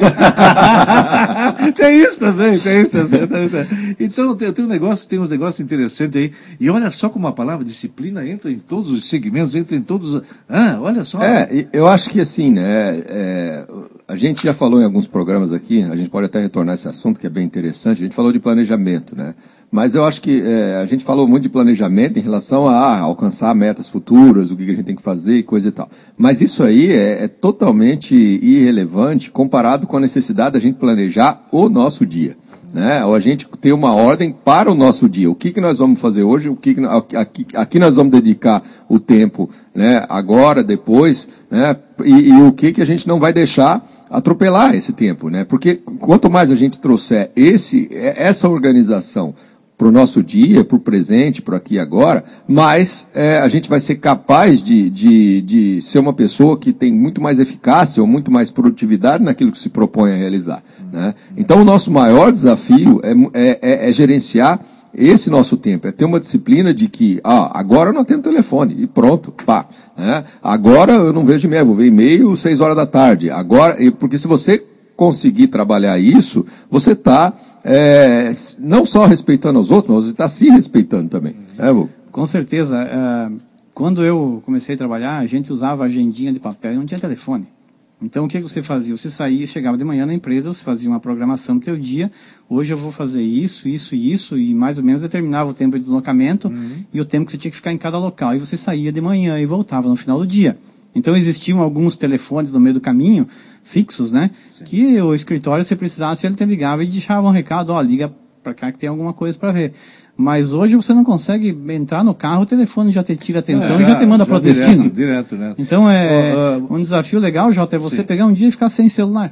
tem isso também, tem isso também. Então, tem, tem um negócio, tem uns negócios interessantes aí. E olha só como a palavra disciplina entra em todos os segmentos, entra em todos os... Ah, olha só. É, eu acho que assim, né... É, a gente já falou em alguns programas aqui, a gente pode até retornar a esse assunto, que é bem interessante. A gente falou de planejamento, né? Mas eu acho que é, a gente falou muito de planejamento em relação a alcançar metas futuras, o que a gente tem que fazer e coisa e tal. Mas isso aí é, é totalmente irrelevante comparado com a necessidade da gente planejar o nosso dia. Né? Ou a gente ter uma ordem para o nosso dia. O que, que nós vamos fazer hoje, o que, que aqui, aqui nós vamos dedicar o tempo, né? Agora, depois, né? e, e o que, que a gente não vai deixar atropelar esse tempo. Né? Porque quanto mais a gente trouxer esse, essa organização para o nosso dia, para o presente, para aqui e agora, mas é, a gente vai ser capaz de, de, de ser uma pessoa que tem muito mais eficácia ou muito mais produtividade naquilo que se propõe a realizar. Né? Então, o nosso maior desafio é, é, é gerenciar esse nosso tempo, é ter uma disciplina de que, ah, agora eu não atendo telefone, e pronto, pá. Né? Agora eu não vejo e-mail, vou ver e-mail seis horas da tarde. Agora, porque se você conseguir trabalhar isso, você está é, não só respeitando os outros, mas você está se respeitando também. É, Bu? Com certeza. Uh, quando eu comecei a trabalhar, a gente usava agendinha de papel e não tinha telefone. Então, o que você fazia? Você saía, chegava de manhã na empresa, você fazia uma programação do teu dia. Hoje eu vou fazer isso, isso e isso, e mais ou menos determinava o tempo de deslocamento uhum. e o tempo que você tinha que ficar em cada local. E você saía de manhã e voltava no final do dia. Então, existiam alguns telefones no meio do caminho, fixos, né? Sim. Que o escritório, se precisasse, ele te ligava e deixava um recado, ó, liga para cá que tem alguma coisa para ver. Mas hoje você não consegue entrar no carro, o telefone já te tira atenção é, já, e já te manda para o destino. Direto, né? Então, é uh, uh, um desafio legal, Jota, é você sim. pegar um dia e ficar sem celular.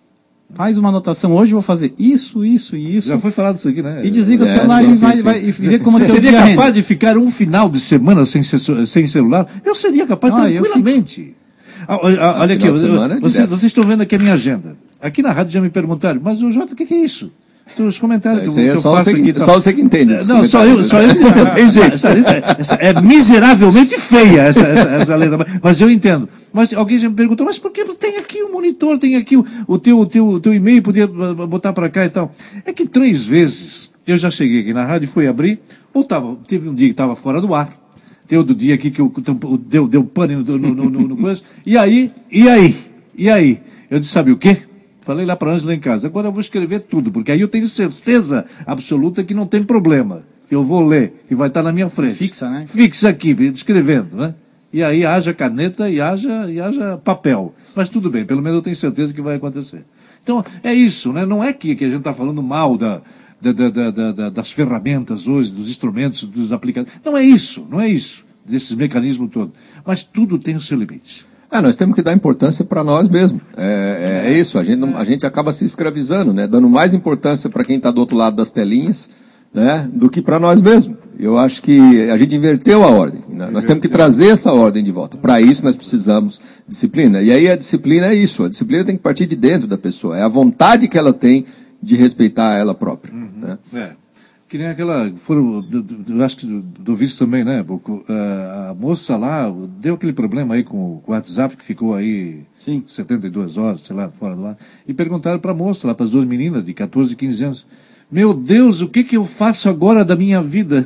Faz uma anotação, hoje eu vou fazer isso, isso e isso. Já foi falado isso aqui, né? E desliga é, o celular sim, e sim, vai, sim. vai e vê como você é seria capaz rende. de ficar um final de semana sem, sem celular? Eu seria capaz ah, tranquilamente. Ah, olha aqui, é vocês, vocês estão vendo aqui a minha agenda. Aqui na rádio já me perguntaram, mas o Jota, o que, que é isso? Os comentários que, que eu só faço aqui. Só você que entende. Não, só eu, só eu não tem jeito. Essa, essa, é miseravelmente feia essa, essa, essa letra, mas eu entendo. Mas alguém já me perguntou, mas por que tem aqui o monitor, tem aqui o, o teu, o teu, o teu e-mail, podia botar para cá e tal. É que três vezes eu já cheguei aqui na rádio e fui abrir, ou tava, teve um dia que estava fora do ar, teve outro dia aqui que eu, deu, deu pane no, no, no, no, no coisa, e aí, e aí, e aí? Eu disse, sabe o quê? Falei lá para a Ângela em casa, agora eu vou escrever tudo, porque aí eu tenho certeza absoluta que não tem problema. Eu vou ler e vai estar na minha frente. Fixa, né? Fixa aqui, escrevendo, né? E aí haja caneta e haja, e haja papel. Mas tudo bem, pelo menos eu tenho certeza que vai acontecer. Então, é isso, né? Não é que, que a gente está falando mal da, da, da, da, da, das ferramentas hoje, dos instrumentos, dos aplicativos. Não é isso, não é isso, desses mecanismos todos. Mas tudo tem o seu limite. Ah, nós temos que dar importância para nós mesmos. É, é, é isso, a gente, não, a gente acaba se escravizando, né? Dando mais importância para quem está do outro lado das telinhas, né? Do que para nós mesmos. Eu acho que a gente inverteu a ordem. Né? Nós temos que trazer essa ordem de volta. Para isso nós precisamos de disciplina. E aí a disciplina é isso, a disciplina tem que partir de dentro da pessoa. É a vontade que ela tem de respeitar ela própria. Uhum. Né? É. Que nem aquela, foram, eu acho que do, do vice também, né, Boco? A moça lá deu aquele problema aí com o WhatsApp, que ficou aí Sim. setenta e duas horas, sei lá, fora do ar. E perguntaram para a moça, lá para as duas meninas de quatorze e quinze anos, meu Deus, o que, que eu faço agora da minha vida?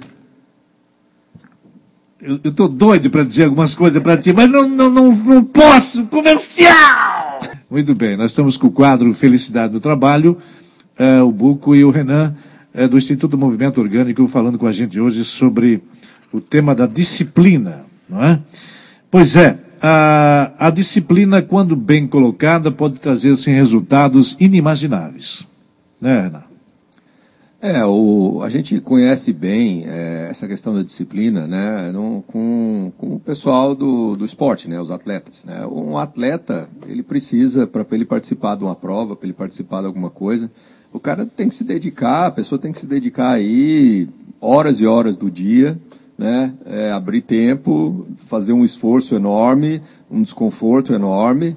Eu estou doido para dizer algumas coisas para ti, mas não, não, não, não posso, comercial! Muito bem, nós estamos com o quadro Felicidade no Trabalho, uh, o Buco e o Renan, É, do Instituto Movimento Orgânico, falando com a gente hoje sobre o tema da disciplina, não é? Pois é, a, a disciplina, quando bem colocada, pode trazer assim, resultados inimagináveis, né, Renan? É, o, a gente conhece bem é, essa questão da disciplina, né, no, com, com o pessoal do, do esporte, né, os atletas. Né? Um atleta, ele precisa, para ele participar de uma prova, para ele participar de alguma coisa, o cara tem que se dedicar, a pessoa tem que se dedicar aí horas e horas do dia, né? É, abrir tempo, fazer um esforço enorme, um desconforto enorme,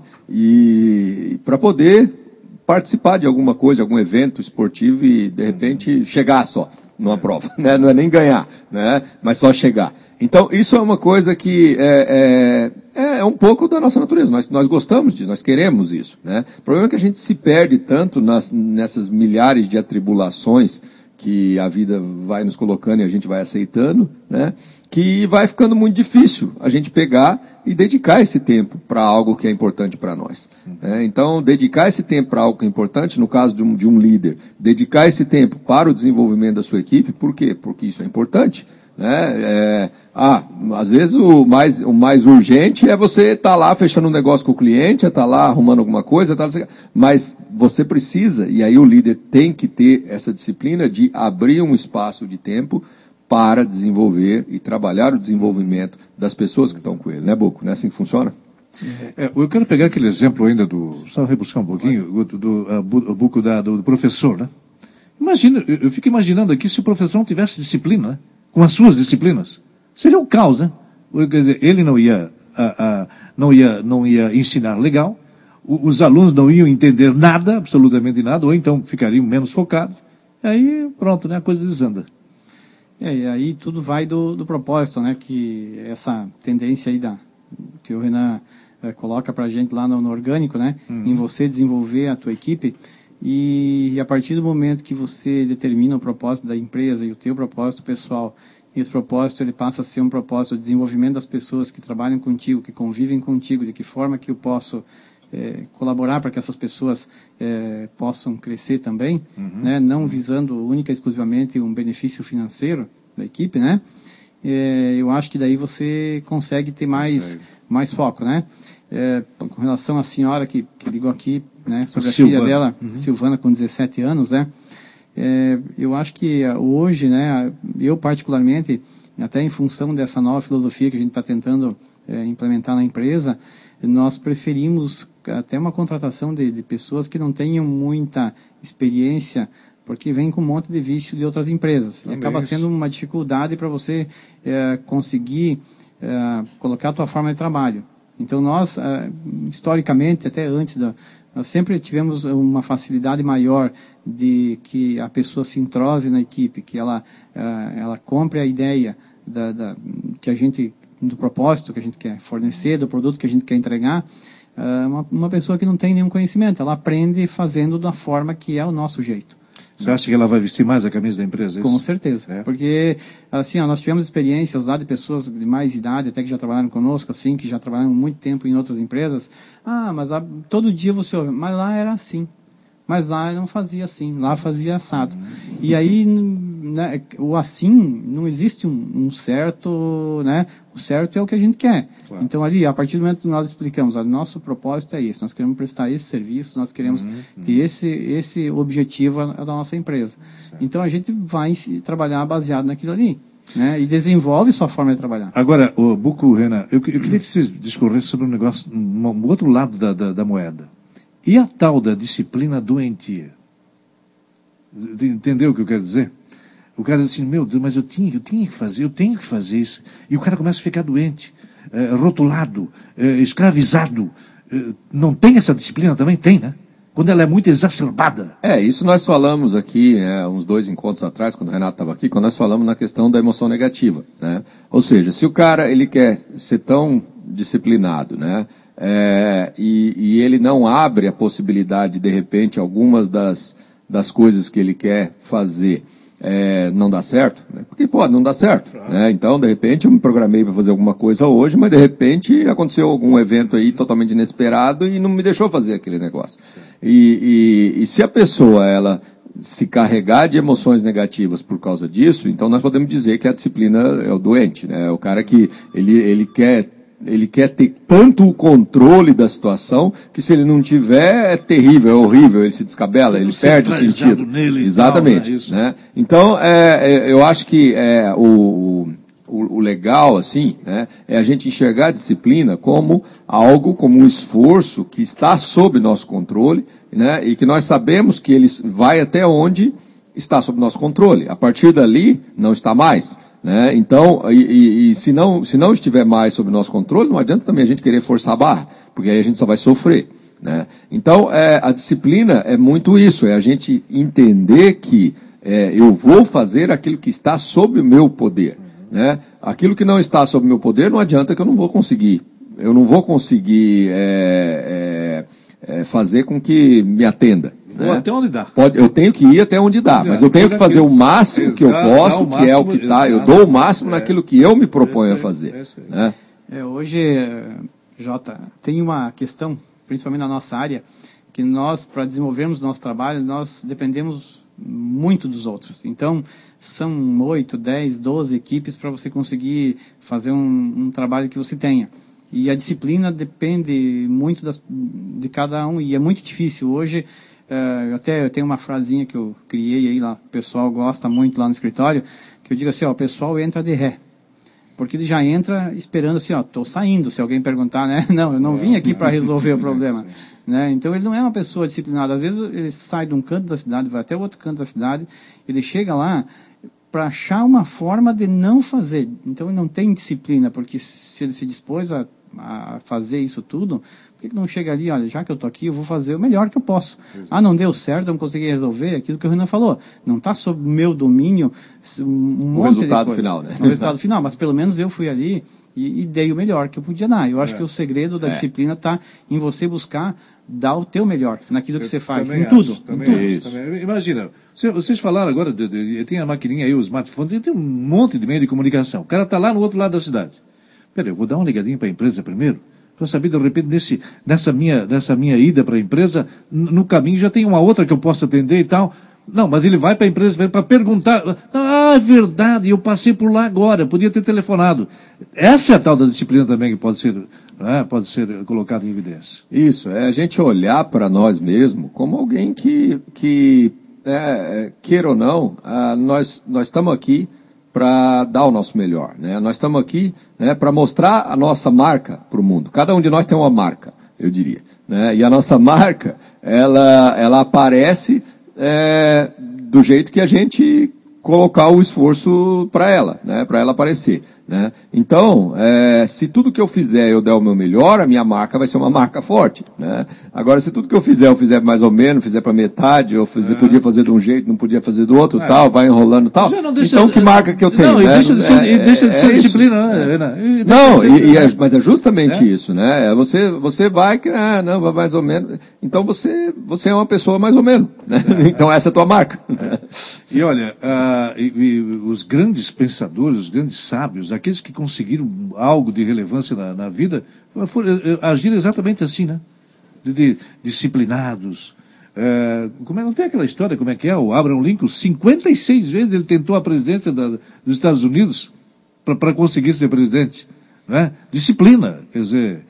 e para poder participar de alguma coisa, algum evento esportivo e, de repente, chegar só numa prova. Né? Não é nem ganhar, né? Mas só chegar. Então, isso é uma coisa que é, é, é um pouco da nossa natureza. Nós, nós gostamos disso, nós queremos isso. Né? O problema é que a gente se perde tanto nas, nessas milhares de atribulações que a vida vai nos colocando e a gente vai aceitando, né? Que vai ficando muito difícil a gente pegar e dedicar esse tempo para algo que é importante para nós. Né? Então, dedicar esse tempo para algo que é importante, no caso de um, de um líder, dedicar esse tempo para o desenvolvimento da sua equipe, por quê? Porque isso é importante. Né? É, ah, às vezes o mais, o mais urgente é você estar tá lá fechando um negócio com o cliente, é estar tá lá arrumando alguma coisa, tá, mas você precisa, e aí o líder tem que ter essa disciplina de abrir um espaço de tempo para desenvolver e trabalhar o desenvolvimento das pessoas que estão com ele, né, Boco? Não é assim que funciona? É, eu quero pegar aquele exemplo ainda do, só rebuscar um pouquinho, do, do, uh, Buco da, do, do professor, né? Imagina, eu, eu fico imaginando aqui se o professor não tivesse disciplina, né? Com as suas disciplinas, seria um caos, né? Quer dizer, ele não ia, a, a, não ia, não ia ensinar legal, o, os alunos não iam entender nada, absolutamente nada, ou então ficariam menos focados, e aí pronto, né? A coisa desanda. É, e aí tudo vai do, do propósito, né? Que essa tendência aí da, que o Renan é, coloca pra gente lá no, no orgânico, né? Uhum. Em você desenvolver a tua equipe. E, e a partir do momento que você determina o propósito da empresa e o teu propósito pessoal, e esse propósito ele passa a ser um propósito de desenvolvimento das pessoas que trabalham contigo, que convivem contigo, de que forma que eu posso é, colaborar para que essas pessoas é, possam crescer também, uhum. né? Não visando única e exclusivamente um benefício financeiro da equipe, né? É, eu acho que daí você consegue ter mais, mais foco, né? É, com relação à senhora que, que ligou aqui, né, sobre a, a filha dela, uhum. Silvana, com dezessete anos, né? É, eu acho que hoje, né, eu particularmente, até em função dessa nova filosofia que a gente está tentando é, implementar na empresa, nós preferimos até uma contratação de, de pessoas que não tenham muita experiência, porque vem com um monte de vício de outras empresas. E acaba sendo uma dificuldade para você é, conseguir é, colocar a tua forma de trabalho. Então nós, historicamente, até antes, da, nós sempre tivemos uma facilidade maior de que a pessoa se entrose na equipe, que ela, ela compre a ideia da, da, que a gente, do propósito que a gente quer fornecer, do produto que a gente quer entregar. Uma, uma pessoa que não tem nenhum conhecimento, ela aprende fazendo da forma que é o nosso jeito. Você acha que ela vai vestir mais a camisa da empresa? É Com certeza. É. Porque, assim, ó, nós tivemos experiências lá de pessoas de mais idade, até que já trabalharam conosco, assim, que já trabalharam muito tempo em outras empresas. Ah, mas a, todo dia você ouve, mas lá era assim. Mas lá não fazia assim, lá fazia assado. Uhum. E aí, né, o assim, não existe um, um certo, né? O certo é o que a gente quer. Claro. Então ali, a partir do momento que nós explicamos, o nosso propósito é esse, nós queremos prestar esse serviço, nós queremos uhum. ter esse, esse objetivo da nossa empresa. Certo. Então a gente vai trabalhar baseado naquilo ali. né? E desenvolve sua forma de trabalhar. Agora, o Buco, Renan, eu, eu queria que vocês discorressem sobre um negócio, um, um outro lado da, da, da moeda. E a tal da disciplina doentia? Entendeu o que eu quero dizer? O cara diz assim, meu Deus, mas eu tinha, eu tinha que fazer, eu tenho que fazer isso. E o cara começa a ficar doente, é, rotulado, é, escravizado. É, não tem essa disciplina também? Tem, né? Quando ela é muito exacerbada. É, isso nós falamos aqui, é, uns dois encontros atrás, quando o Renato estava aqui, quando nós falamos na questão da emoção negativa, né? Ou seja, se o cara, ele quer ser tão disciplinado, né? É, e, e ele não abre a possibilidade, de repente, algumas das, das coisas que ele quer fazer, É, não dá certo, né? Porque pode não dar certo, claro. Né? Então, de repente, eu me programei para fazer alguma coisa hoje, mas de repente aconteceu algum evento aí totalmente inesperado e não me deixou fazer aquele negócio. E, e, e se a pessoa, ela se carregar de emoções negativas por causa disso, então nós podemos dizer que a disciplina é o doente, né? É o cara que ele, ele quer Ele quer ter tanto o controle da situação que se ele não tiver é terrível, é horrível, ele se descabela, ele perde o sentido. Exatamente. Tal, né? Né? Então, é, é, eu acho que é, o, o, o legal, assim, né, é a gente enxergar a disciplina como algo, como um esforço que está sob nosso controle, né, e que nós sabemos que ele vai até onde está sob nosso controle. A partir dali, não está mais. Né? Então, e, e, e se, não, se não estiver mais sob nosso controle, não adianta também a gente querer forçar a barra, porque aí a gente só vai sofrer. Né? Então, é, a disciplina é muito isso, é a gente entender que é, eu vou fazer aquilo que está sob o meu poder. Né? Aquilo que não está sob o meu poder, não adianta que eu não vou conseguir. Eu não vou conseguir é, é, é, fazer com que me atenda. Né? Até onde dá. Pode, eu tenho que ir até onde dá, mas eu tenho que fazer o máximo que eu posso, que é o que está. Eu dou o máximo naquilo que eu me proponho a fazer. Né? É, hoje, Jota, tem uma questão, principalmente na nossa área, que nós, para desenvolvermos nosso trabalho, nós dependemos muito dos outros. Então, são oito, dez, doze equipes para você conseguir fazer um, um trabalho que você tenha. E a disciplina depende muito das, de cada um, e é muito difícil. Hoje, uh, até eu tenho uma frasinha que eu criei aí lá, o pessoal gosta muito lá no escritório, que eu digo assim, ó, o pessoal entra de ré. Porque ele já entra esperando assim, ó, estou saindo, se alguém perguntar, né? Não, eu não vim aqui para resolver o problema. Né? Então ele não é uma pessoa disciplinada. Às vezes ele sai de um canto da cidade, vai até o outro canto da cidade, ele chega lá para achar uma forma de não fazer. Então ele não tem disciplina, porque se ele se dispôs a, a fazer isso tudo, por que, que não chega ali, olha, já que eu estou aqui, eu vou fazer o melhor que eu posso. Exato. Ah, não deu certo, eu não consegui resolver, aquilo que o Renan falou. Não está sob meu domínio um monte o resultado de coisa. final, né? O resultado final, mas pelo menos eu fui ali e, e dei o melhor que eu podia dar. Eu acho é. que o segredo da é. disciplina está em você buscar dar o teu melhor naquilo que eu você faz, em acho, tudo. Também em tudo. Acho, também. Imagina, vocês falaram agora, de, de, de, tem a maquininha aí, o smartphone, tem um monte de meio de comunicação. O cara está lá no outro lado da cidade. Peraí, eu vou dar uma ligadinha para a empresa primeiro, para saber, de repente, nesse, nessa, minha, nessa minha ida para a empresa, no caminho já tem uma outra que eu posso atender e tal. Não, mas ele vai para a empresa para perguntar. Ah, é verdade, eu passei por lá agora, podia ter telefonado. Essa é a tal da disciplina também que pode ser, né, pode ser colocada em evidência. Isso, é a gente olhar para nós mesmos como alguém que, que é, queira ou não, ah, nós, nós estamos aqui para dar o nosso melhor. Né? Nós estamos aqui, né, para mostrar a nossa marca para o mundo. Cada um de nós tem uma marca, eu diria. Né? E a nossa marca, ela, ela aparece é, do jeito que a gente colocar o esforço para ela, né, para ela aparecer. Né? Então, é, se tudo que eu fizer eu der o meu melhor, a minha marca vai ser uma marca forte. Né? Agora, se tudo que eu fizer eu fizer mais ou menos, fizer para metade, eu fizer, é. podia fazer de um jeito, não podia fazer do outro, é. tal, vai enrolando tal. Deixa, então, que marca que eu tenho? Não, né? e deixa de ser, é, e deixa de ser é disciplina, né? né? Não, e, e é, mas é justamente isso, né? Você, você vai que, ah, não, vai mais ou menos. Então, você, você é uma pessoa mais ou menos. Né? É. Então, essa é a tua marca. É. E olha, uh, e, e, os grandes pensadores, os grandes sábios, aqueles que conseguiram algo de relevância na, na vida, foram, agiram exatamente assim, né? De, de, disciplinados. É, como é, não tem aquela história, como é que é? O Abraham Lincoln, cinquenta e seis vezes ele tentou a presidência da, dos Estados Unidos para conseguir ser presidente. Né? Disciplina, quer dizer,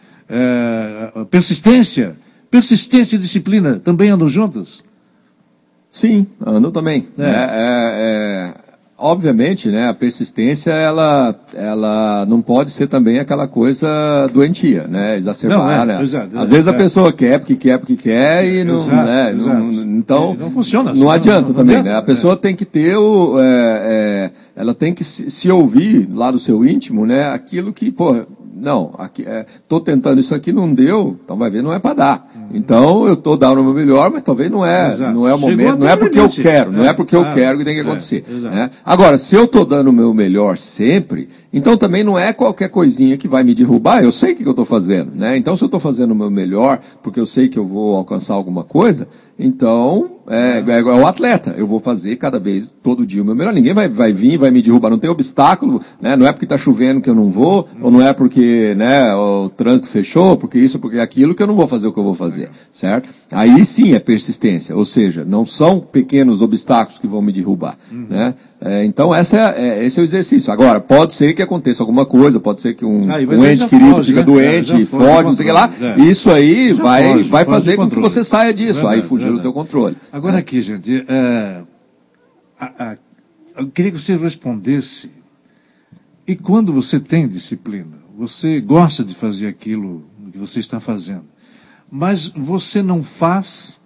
é, persistência. Persistência e disciplina também andam juntas? Sim, andam também. É. É, é, Obviamente, né, a persistência, ela, ela não pode ser também aquela coisa doentia, né, exacerbar, não, é, né? Exato, exato, Às vezes é. a pessoa quer porque quer porque quer e não, exato, né, exato. não então não funciona assim, não adianta não, não também, adianta, né? A pessoa é. tem que ter o, é, é, ela tem que se, se ouvir lá do seu íntimo, né, aquilo que, pô, não, estou é, tentando isso aqui, não deu, então vai ver, não é para dar. Uhum. Então, eu estou dando o meu melhor, mas talvez não é, não é o momento, não é porque eu quero, não é porque eu quero que tem que acontecer. É, né? Agora, se eu estou dando o meu melhor sempre, então também não é qualquer coisinha que vai me derrubar, eu sei o que eu estou fazendo. Né? Então, se eu estou fazendo o meu melhor, porque eu sei que eu vou alcançar alguma coisa, então, é, é, é o atleta, eu vou fazer cada vez, todo dia o meu melhor. Ninguém vai, vai vir, vai me derrubar, não tem obstáculo, né? Não é porque está chovendo que eu não vou, ou não é porque, né, o trânsito fechou, porque isso, porque aquilo, que eu não vou fazer o que eu vou fazer, certo? Aí sim é persistência, ou seja, não são pequenos obstáculos que vão me derrubar, uhum. né? É, então essa é, é, esse é o exercício. Agora, pode ser que aconteça alguma coisa, pode ser que um, ah, um ente querido foge, fica né? doente, é, foge, foge não sei o que lá, é. isso aí já vai, foge, vai foge fazer com que você saia disso, é, aí fugir do teu controle. Agora é. aqui, gente, é, a, a, eu queria que você respondesse, e quando você tem disciplina, você gosta de fazer aquilo que você está fazendo, mas você não faz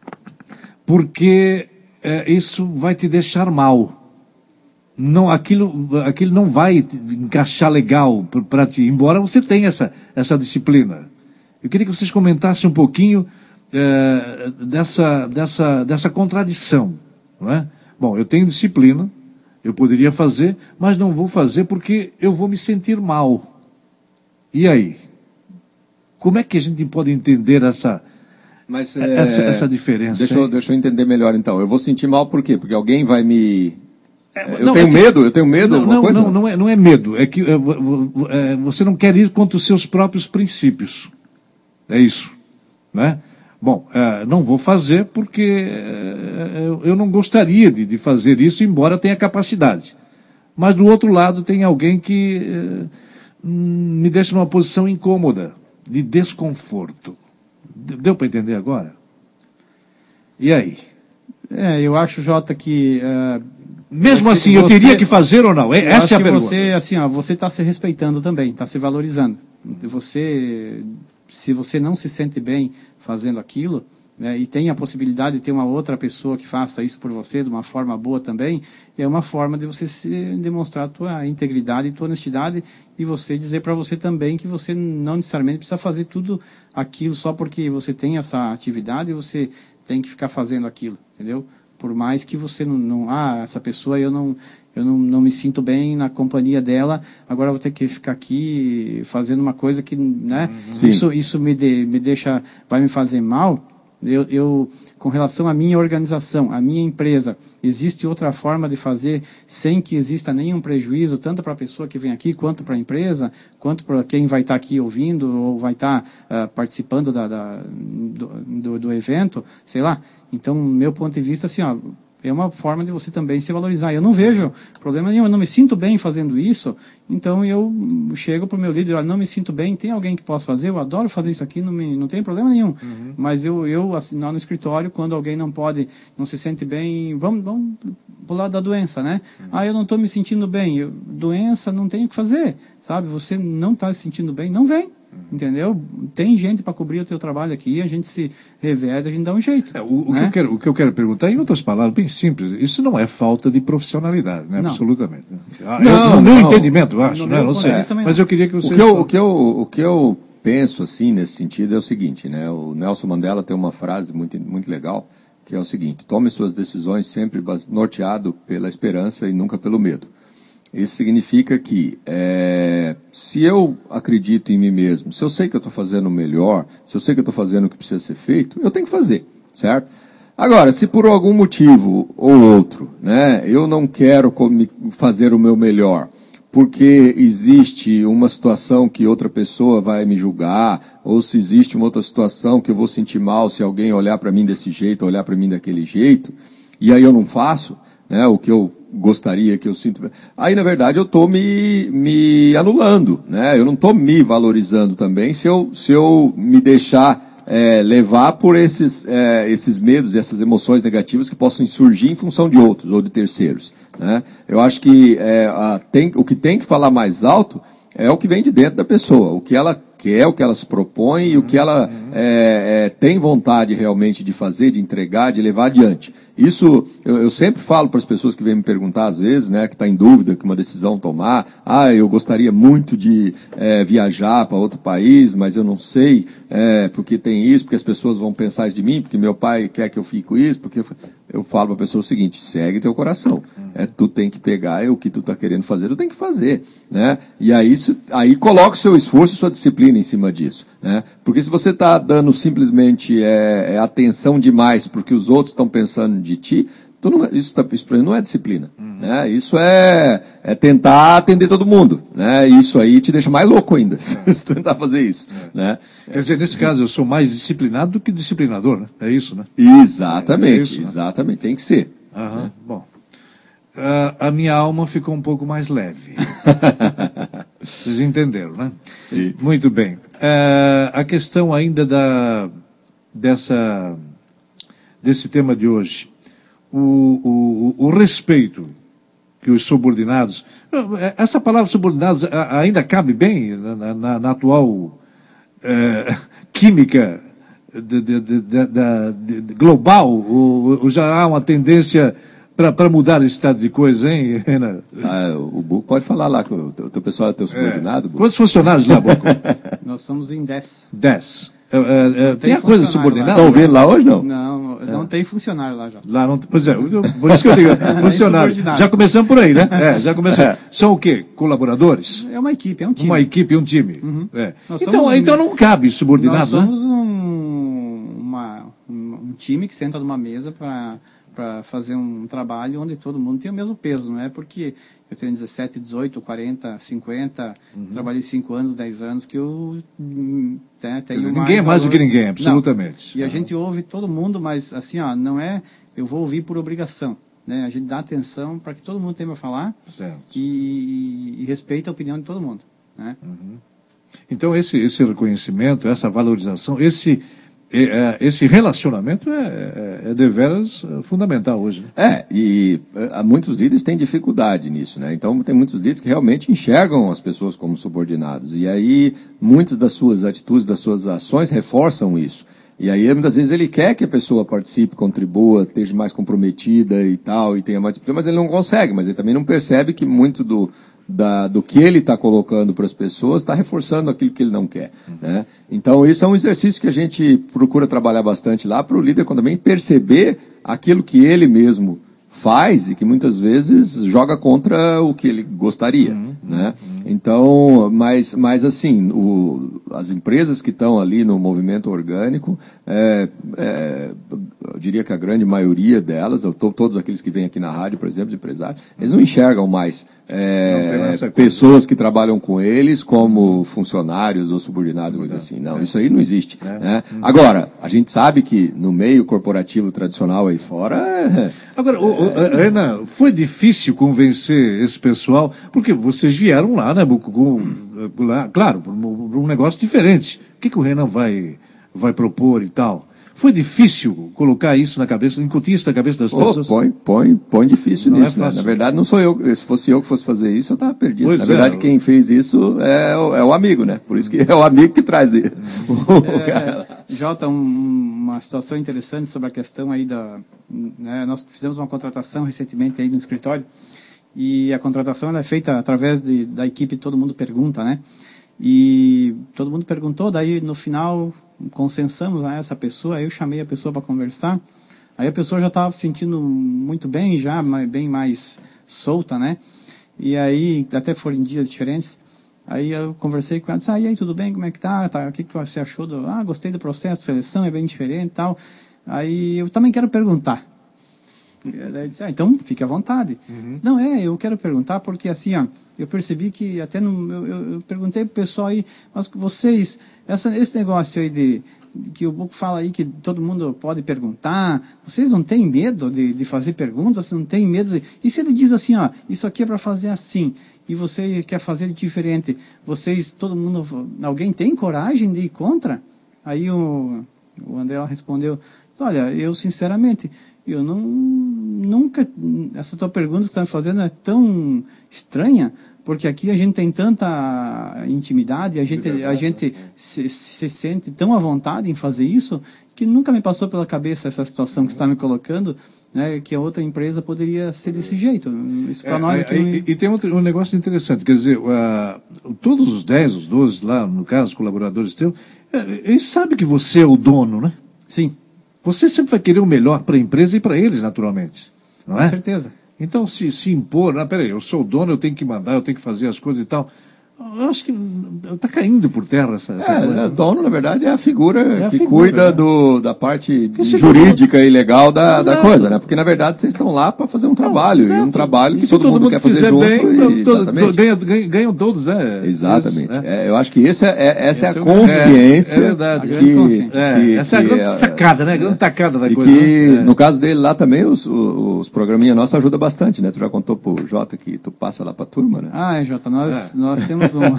porque é, isso vai te deixar mal. Não, aquilo, aquilo não vai encaixar legal para ti, embora você tenha essa, essa disciplina. Eu queria que vocês comentassem um pouquinho é, dessa, dessa, dessa contradição. Não é? Bom, eu tenho disciplina, eu poderia fazer, mas não vou fazer porque eu vou me sentir mal. E aí? Como é que a gente pode entender essa, mas, essa, é, essa diferença? Deixa eu, deixa eu entender melhor então. Eu vou sentir mal por quê? Porque alguém vai me... Eu não, tenho é que, medo? Eu tenho medo? Não, alguma não, coisa? não, não, é, não é medo. É que é, é, você não quer ir contra os seus próprios princípios. É isso. Né? Bom, é, não vou fazer porque é, eu não gostaria de, de fazer isso, embora tenha capacidade. Mas do outro lado tem alguém que é, me deixa numa posição incômoda, de desconforto. Deu para entender agora? E aí? É, eu acho, Jota, que... Uh... Mesmo você, assim, eu você, teria que fazer ou não? Essa é a pergunta. Você, assim, ó, você está se respeitando também, está se valorizando. Você, se você não se sente bem fazendo aquilo, né, e tem a possibilidade de ter uma outra pessoa que faça isso por você de uma forma boa também, é uma forma de você se demonstrar a tua integridade e tua honestidade, e você dizer para você também que você não necessariamente precisa fazer tudo aquilo só porque você tem essa atividade e você tem que ficar fazendo aquilo, entendeu? Por mais que você não, não ah, essa pessoa eu não, eu não, não me sinto bem na companhia dela, agora eu vou ter que ficar aqui fazendo uma coisa que, né, Sim. isso, isso me, de, me deixa, vai me fazer mal. Eu, eu, com relação à minha organização, à minha empresa, existe outra forma de fazer sem que exista nenhum prejuízo, tanto para a pessoa que vem aqui, quanto para a empresa, quanto para quem vai estar aqui ouvindo ou vai estar uh, participando da, da, do, do, do evento, sei lá. Então, meu ponto de vista, assim, ó, é uma forma de você também se valorizar. Eu não vejo problema nenhum, eu não me sinto bem fazendo isso, então eu chego para o meu líder, olha, não me sinto bem, tem alguém que possa fazer? Eu adoro fazer isso aqui, não, me, não tem problema nenhum. Uhum. Mas eu, eu, assim, lá no escritório, quando alguém não pode, não se sente bem, vamos, vamos pro lado da doença, né? Uhum. Ah, eu não estou me sentindo bem, eu, doença, não tenho o que fazer, sabe? Você não está se sentindo bem, não vem. Entendeu? Tem gente para cobrir o teu trabalho aqui, a gente se reveza, a gente dá um jeito. É, o, o, né? que eu quero, o que eu quero perguntar, em outras palavras, bem simples, isso não é falta de profissionalidade, né? Não. Absolutamente. Não, eu, no não, meu entendimento, eu acho, no né? Não sei. Mas eu queria que você... O que eu, o, que eu, o que eu penso, assim, nesse sentido, é o seguinte, né? O Nelson Mandela tem uma frase muito, muito legal, que é o seguinte: tome suas decisões sempre norteado pela esperança e nunca pelo medo. Isso significa que, é, se eu acredito em mim mesmo, se eu sei que eu estou fazendo o melhor, se eu sei que eu estou fazendo o que precisa ser feito, eu tenho que fazer, certo? Agora, se por algum motivo ou outro, né, eu não quero fazer o meu melhor, porque existe uma situação que outra pessoa vai me julgar, ou se existe uma outra situação que eu vou sentir mal se alguém olhar para mim desse jeito, olhar para mim daquele jeito, e aí eu não faço, né, o que eu gostaria, que eu sinto... Aí, na verdade, eu estou me, me anulando, né? Eu não estou me valorizando também se eu, se eu me deixar é, levar por esses, é, esses medos e essas emoções negativas que possam surgir em função de outros ou de terceiros, né? Eu acho que é, a, tem, o que tem que falar mais alto é o que vem de dentro da pessoa, o que ela quer, o que ela se propõe e o que ela é, é, tem vontade realmente de fazer, de entregar, de levar adiante. Isso, eu, eu sempre falo para as pessoas que vêm me perguntar às vezes, né, que está em dúvida que uma decisão tomar, ah, eu gostaria muito de é, viajar para outro país, mas eu não sei, é, porque tem isso, porque as pessoas vão pensar isso de mim, porque meu pai quer que eu fique com isso, porque eu, eu falo para a pessoa o seguinte, segue teu coração, é, tu tem que pegar é o que tu está querendo fazer, tu tem que fazer, né, e aí, aí coloca o seu esforço e sua disciplina em cima disso, né, porque se você está dando simplesmente é, é, atenção demais porque os outros estão pensando de ti, tu não, isso, tá, isso não é disciplina, uhum. né? Isso é, é tentar atender todo mundo, né? Isso aí te deixa mais louco ainda, é. se tu tentar fazer isso, é. né? Quer dizer, nesse caso eu sou mais disciplinado do que disciplinador, né? É isso, né? Exatamente, é isso, exatamente, né? Tem que ser. Uhum. Né? Bom, uh, a minha alma ficou um pouco mais leve. Vocês entenderam, né? Sim. Muito bem. Uh, a questão ainda da, dessa, desse tema de hoje, o, o, o respeito que os subordinados... Essa palavra subordinados ainda cabe bem na, na, na atual uh, química de, de, de, de, de global, ou, ou já há uma tendência... Para mudar esse estado de coisa, hein, Renan? Ah, o Buco pode falar lá, que o teu pessoal é teu subordinado. É. Quantos funcionários lá, Buco? Nós somos em dez. dez. É, é, tem, tem a coisa subordinada? Estão vendo lá hoje, não? Não, não é. tem funcionário lá já. Lá não, pois é, por isso que eu digo, funcionário. Já começamos por aí, né? É, já começamos. É. São o quê? Colaboradores? É uma equipe, é um time. Uma equipe, um time. Uhum. É. Então, então não cabe subordinado, Nós somos né? um, uma, um time que senta numa mesa para... para fazer um trabalho onde todo mundo tem o mesmo peso, não é porque eu tenho dezessete, dezoito, quarenta, cinquenta, uhum. trabalhei cinco anos, dez anos, que eu né, tenho dizer, mais ninguém é mais do que ninguém, absolutamente. Não. E a gente ouve todo mundo, mas assim, ó, não é, eu vou ouvir por obrigação, né? A gente dá atenção para que todo mundo tenha para falar e, e respeita a opinião de todo mundo, né? Uhum. Então esse, esse reconhecimento, essa valorização, esse... esse relacionamento é, é, é deveras fundamental hoje. Né? É, e uh, muitos líderes têm dificuldade nisso, né? Então tem muitos líderes que realmente enxergam as pessoas como subordinados. E aí muitas das suas atitudes, das suas ações reforçam isso. E aí muitas vezes ele quer que a pessoa participe, contribua, esteja mais comprometida e tal, e tenha mais disciplina, mas ele não consegue, mas ele também não percebe que muito do... Da, do que ele está colocando para as pessoas, está reforçando aquilo que ele não quer. Né? Então, isso é um exercício que a gente procura trabalhar bastante lá, para o líder também perceber aquilo que ele mesmo faz e que muitas vezes joga contra o que ele gostaria. Uhum, né? Uhum. Então, mas, mas assim, o, as empresas que estão ali no movimento orgânico, é, é, eu diria que a grande maioria delas, to, todos aqueles que vêm aqui na rádio, por exemplo, de empresários, eles não enxergam mais é, pessoas que trabalham com eles como funcionários ou subordinados, coisa assim. Não, é. Isso aí não existe. É. Né? Uhum. Agora, a gente sabe que no meio corporativo tradicional aí fora... É, Agora, o, o, Renan, foi difícil convencer esse pessoal, porque vocês vieram lá, né, com, lá, claro, para um negócio diferente. O que, que o Renan vai, vai propor e tal? Foi difícil colocar isso na cabeça, incutir isso na cabeça das oh, pessoas? Põe, põe, põe difícil não nisso, é né? Na verdade, não sou eu. Se fosse eu que fosse fazer isso, eu estava perdido. Pois na verdade, é. Quem fez isso é o, é o amigo, né? Por isso que é o amigo que traz ele. É, Jota, um, uma situação interessante sobre a questão aí da... Né, nós fizemos uma contratação recentemente aí no escritório, e a contratação ela é feita através de, da equipe, todo mundo pergunta, né? E todo mundo perguntou, daí no final... consensamos a essa pessoa, aí eu chamei a pessoa para conversar, aí a pessoa já estava se sentindo muito bem, já bem mais solta, né? E aí, até foram em dias diferentes, aí eu conversei com ela, disse, ah, e aí, tudo bem, como é que tá? tá? O que, que você achou? Do... Ah, gostei do processo de seleção, é bem diferente e tal. Aí eu também quero perguntar. Daí eu disse, ah, então fique à vontade. Uhum. Disse, não, é, eu quero perguntar porque assim, ó, eu percebi que até no, eu, eu, eu perguntei pro pessoal aí, mas vocês, essa, esse negócio aí de, de que o Buco fala aí que todo mundo pode perguntar, vocês não têm medo de, de fazer perguntas, vocês não têm medo de... E se ele diz assim, ó, isso aqui é para fazer assim, e você quer fazer diferente, vocês, todo mundo, alguém tem coragem de ir contra? Aí o... O André respondeu, olha, eu sinceramente, eu não, nunca, essa tua pergunta que você está me fazendo é tão estranha, porque aqui a gente tem tanta intimidade, a gente, a gente se, se sente tão à vontade em fazer isso, que nunca me passou pela cabeça essa situação que você está me colocando, né, que a outra empresa poderia ser desse jeito. Isso para é, nós aqui... É, e, e tem outro, um negócio interessante, quer dizer, uh, todos os dez, os doze lá, no caso, os colaboradores teus, eles sabem que você é o dono, né? Sim. Você sempre vai querer o melhor para a empresa e para eles, naturalmente. Não Com é? certeza. Então, se, se impor, ah, peraí, eu sou o dono, eu tenho que mandar, eu tenho que fazer as coisas e tal. Eu acho que está caindo por terra essa, essa é, coisa. É, dono, na verdade, é a figura é a que figura, cuida né? do, da parte jurídica e legal da, da coisa, né? Porque, na verdade, vocês estão lá para fazer um trabalho, não, e um trabalho que todo, todo mundo, mundo quer fazer junto. Bem, e, todo, ganham, ganham, ganham todos, né? Exatamente. Isso, né? É, eu acho que esse é, é, essa esse é a consciência. É, é verdade. Que, consciência. Que, é, essa é a grande é, sacada, né? A grande tacada da e coisa. E que, né? no caso dele lá também, os, os, os programinhas nossos ajudam bastante, né? Tu já contou pro Jota que tu passa lá pra turma, né? Ah, é, Jota, nós, é. nós temos um...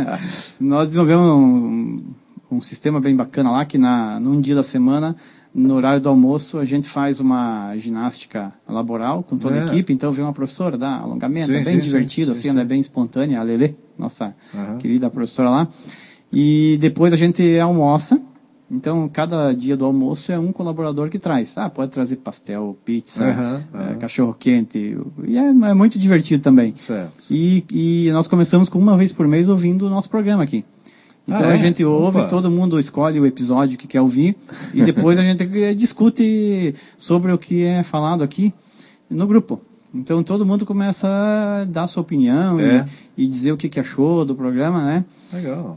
nós desenvolvemos um, um sistema bem bacana lá, que na, num dia da semana, no horário do almoço, a gente faz uma ginástica laboral com toda é. a equipe. Então vem uma professora, dá alongamento, sim, é bem sim, divertido, sim, assim, sim. é bem espontânea, a Lelê, nossa uhum. querida professora lá. E depois a gente almoça. Então, cada dia do almoço é um colaborador que traz. Ah, pode trazer pastel, pizza, uhum, uhum. É, cachorro-quente. E é, é muito divertido também. Certo. E, e nós começamos com uma vez por mês ouvindo o nosso programa aqui. Então, ah, é? a gente ouve, Opa. todo mundo escolhe o episódio que quer ouvir. E depois a gente discute sobre o que é falado aqui no grupo. Então, todo mundo começa a dar sua opinião é. e, e dizer o que, que achou do programa, né? Legal.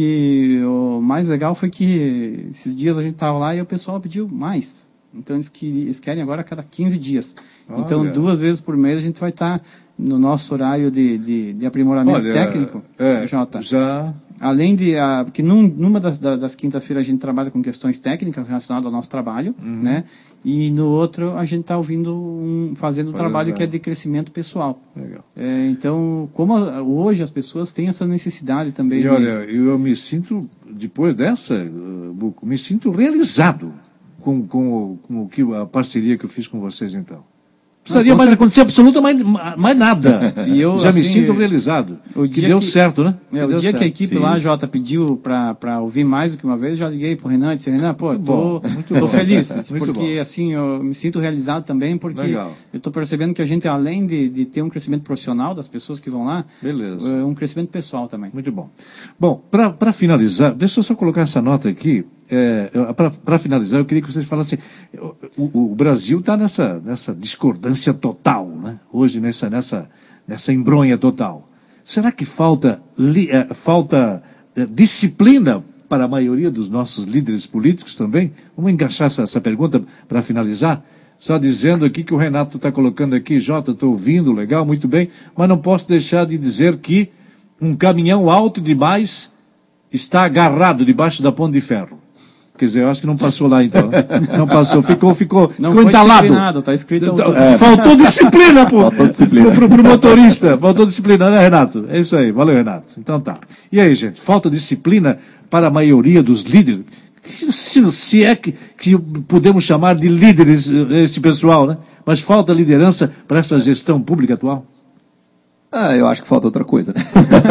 E o mais legal foi que esses dias a gente estava lá e o pessoal pediu mais. Então, eles, que, eles querem agora a cada quinze dias. Olha. Então, duas vezes por mês a gente vai estar no nosso horário de, de, de aprimoramento Olha, técnico. É, Jota. Já... Além de, a, porque num, numa das, das quinta-feiras a gente trabalha com questões técnicas relacionadas ao nosso trabalho, uhum. né? E no outro a gente está ouvindo, um, fazendo um Pode trabalho legal. que é de crescimento pessoal. Legal. É, então, como a, hoje as pessoas têm essa necessidade também. E de... olha, eu me sinto, depois dessa, Buco, me sinto realizado com, com, com o que, a parceria que eu fiz com vocês então. Precisaria ah, mais acontecer absoluta mais, mais nada. E eu, Já assim, me sinto realizado. O que deu que, certo, né? É, o deu dia certo. que a equipe Sim. lá, Jota, pediu para ouvir mais do que uma vez, eu já liguei pro Renan e disse, Renan, pô, muito tô, bom, tô bom. feliz. Muito porque, bom. assim, eu me sinto realizado também, porque Legal. eu estou percebendo que a gente, além de, de ter um crescimento profissional das pessoas que vão lá, Beleza. É um crescimento pessoal também. Muito bom. Bom, para finalizar, deixa eu só colocar essa nota aqui. É, para finalizar, eu queria que vocês falassem, o, o Brasil está nessa, nessa discordância total, né? Hoje nessa, nessa, nessa embronha total. Será que falta, li, é, falta é, disciplina para a maioria dos nossos líderes políticos também? Vamos encaixar essa, essa pergunta para finalizar? Só dizendo aqui que o Renato está colocando aqui, Jota, estou ouvindo, legal, muito bem, mas não posso deixar de dizer que um caminhão alto demais está agarrado debaixo da ponte de ferro. Quer dizer, eu acho que não passou lá então. Não passou, ficou, ficou, não ficou foi entalado. Tá escrito é. Faltou disciplina, pô. Faltou disciplina. Pro, pro motorista, faltou disciplina, né, Renato? É isso aí, valeu, Renato. Então tá. E aí, gente, falta disciplina para a maioria dos líderes. Se, se é que, que podemos chamar de líderes esse pessoal, né? Mas falta liderança para essa gestão pública atual? Ah, eu acho que falta outra coisa, né?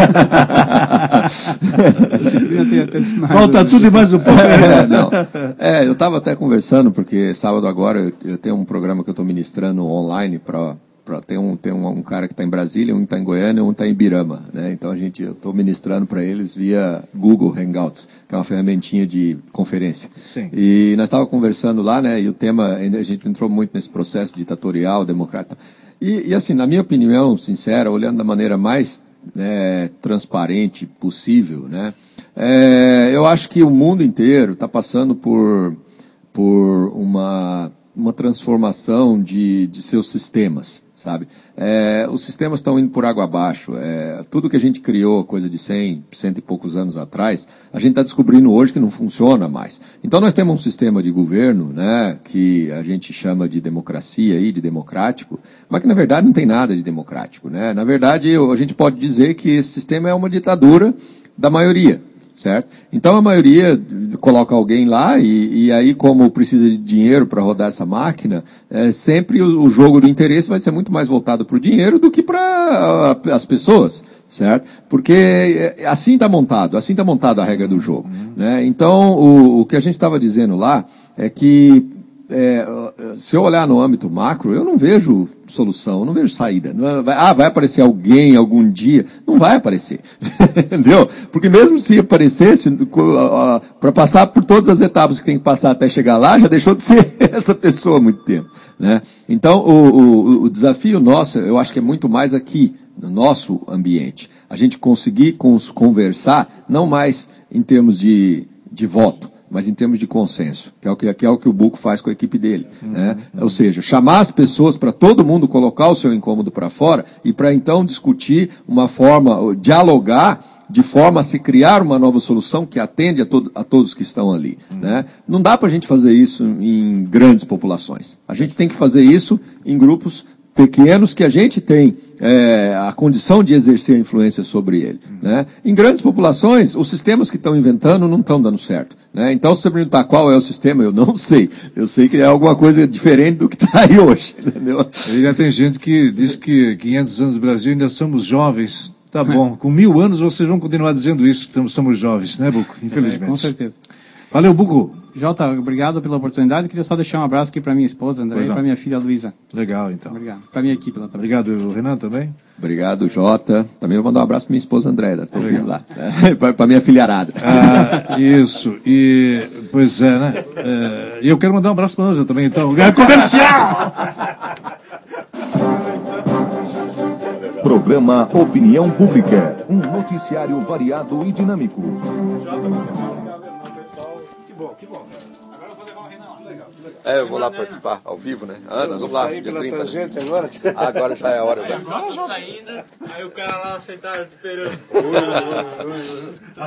Disciplina tem até mais. Falta tudo e mais um pouco. É, não. É, eu estava até conversando, porque sábado agora eu, eu tenho um programa que eu estou ministrando online para... Tem, um, tem um, um cara que está em Brasília, um está em Goiânia, um está em Ibirama, né? Então a gente, eu estou ministrando para eles via Google Hangouts, que é uma ferramentinha de conferência. Sim. E nós estávamos conversando lá, né? E o tema, a gente entrou muito nesse processo ditatorial, democrata. E, e assim, na minha opinião, sincera, olhando da maneira mais né, transparente possível, né? É, eu acho que o mundo inteiro está passando por, por uma, uma transformação de, de seus sistemas. Sabe? É, os sistemas estão indo por água abaixo. É, tudo que a gente criou, coisa de cem, cento e poucos anos atrás, a gente está descobrindo hoje que não funciona mais. Então nós temos um sistema de governo, né, que a gente chama de democracia, aí, de democrático, mas que na verdade não tem nada de democrático. Né? Na verdade, a gente pode dizer que esse sistema é uma ditadura da maioria. certo? Então a maioria coloca alguém lá e, e aí, como precisa de dinheiro para rodar essa máquina, é, sempre o, o jogo do interesse vai ser muito mais voltado para o dinheiro do que para as pessoas, certo? Porque assim está montado, assim está montada a regra do jogo, né? Então o, o que a gente estava dizendo lá é que É, se eu olhar no âmbito macro, eu não vejo solução, eu não vejo saída. Não é, ah, vai aparecer alguém algum dia? Não vai aparecer. Entendeu? Porque mesmo se aparecesse, para passar por todas as etapas que tem que passar até chegar lá, já deixou de ser essa pessoa há muito tempo, né? Então, o, o, o desafio nosso, eu acho que é muito mais aqui, no nosso ambiente. A gente conseguir conversar, não mais em termos de, de voto, mas em termos de consenso, que é o que, que, é o, que o Buco faz com a equipe dele. Uhum. Né? Ou seja, chamar as pessoas para todo mundo colocar o seu incômodo para fora e para então discutir uma forma, dialogar de forma a se criar uma nova solução que atende a, todo, a todos que estão ali. Uhum. Né? Não dá para a gente fazer isso em grandes populações. A gente tem que fazer isso em grupos pequenos que a gente tem é, a condição de exercer a influência sobre ele. Uhum. Né? Em grandes populações, os sistemas que estão inventando não estão dando certo. Né? Então, se você perguntar qual é o sistema, eu não sei. Eu sei que é alguma coisa diferente do que está aí hoje. Entendeu? E já tem gente que diz que quinhentos anos do Brasil ainda somos jovens. Tá bom, com mil anos vocês vão continuar dizendo isso, que somos jovens, né, Buco? Infelizmente. É, com certeza. Valeu, Buco. Jota, obrigado pela oportunidade. Queria só deixar um abraço aqui para minha esposa, André, e para minha filha, Luísa. Legal, então. Obrigado. Para minha equipe lá também. Obrigado, Renan, também. Obrigado, Jota. Também vou mandar um abraço para minha esposa, André. Estou ouvindo lá. Para minha filharada. Ah, isso. E, pois é, né? É, e eu quero mandar um abraço para nós também, então. Comercial! Programa Opinião Pública. Um noticiário variado e dinâmico. Que bom, que bom. Agora eu vou levar o Renan lá. Legal, legal. É, eu vou lá participar ao vivo, né? Ah, nós vamos lá, dia trinta. Gente agora. Agora já é a hora. Já. Saindo, aí o cara lá sentado esperando.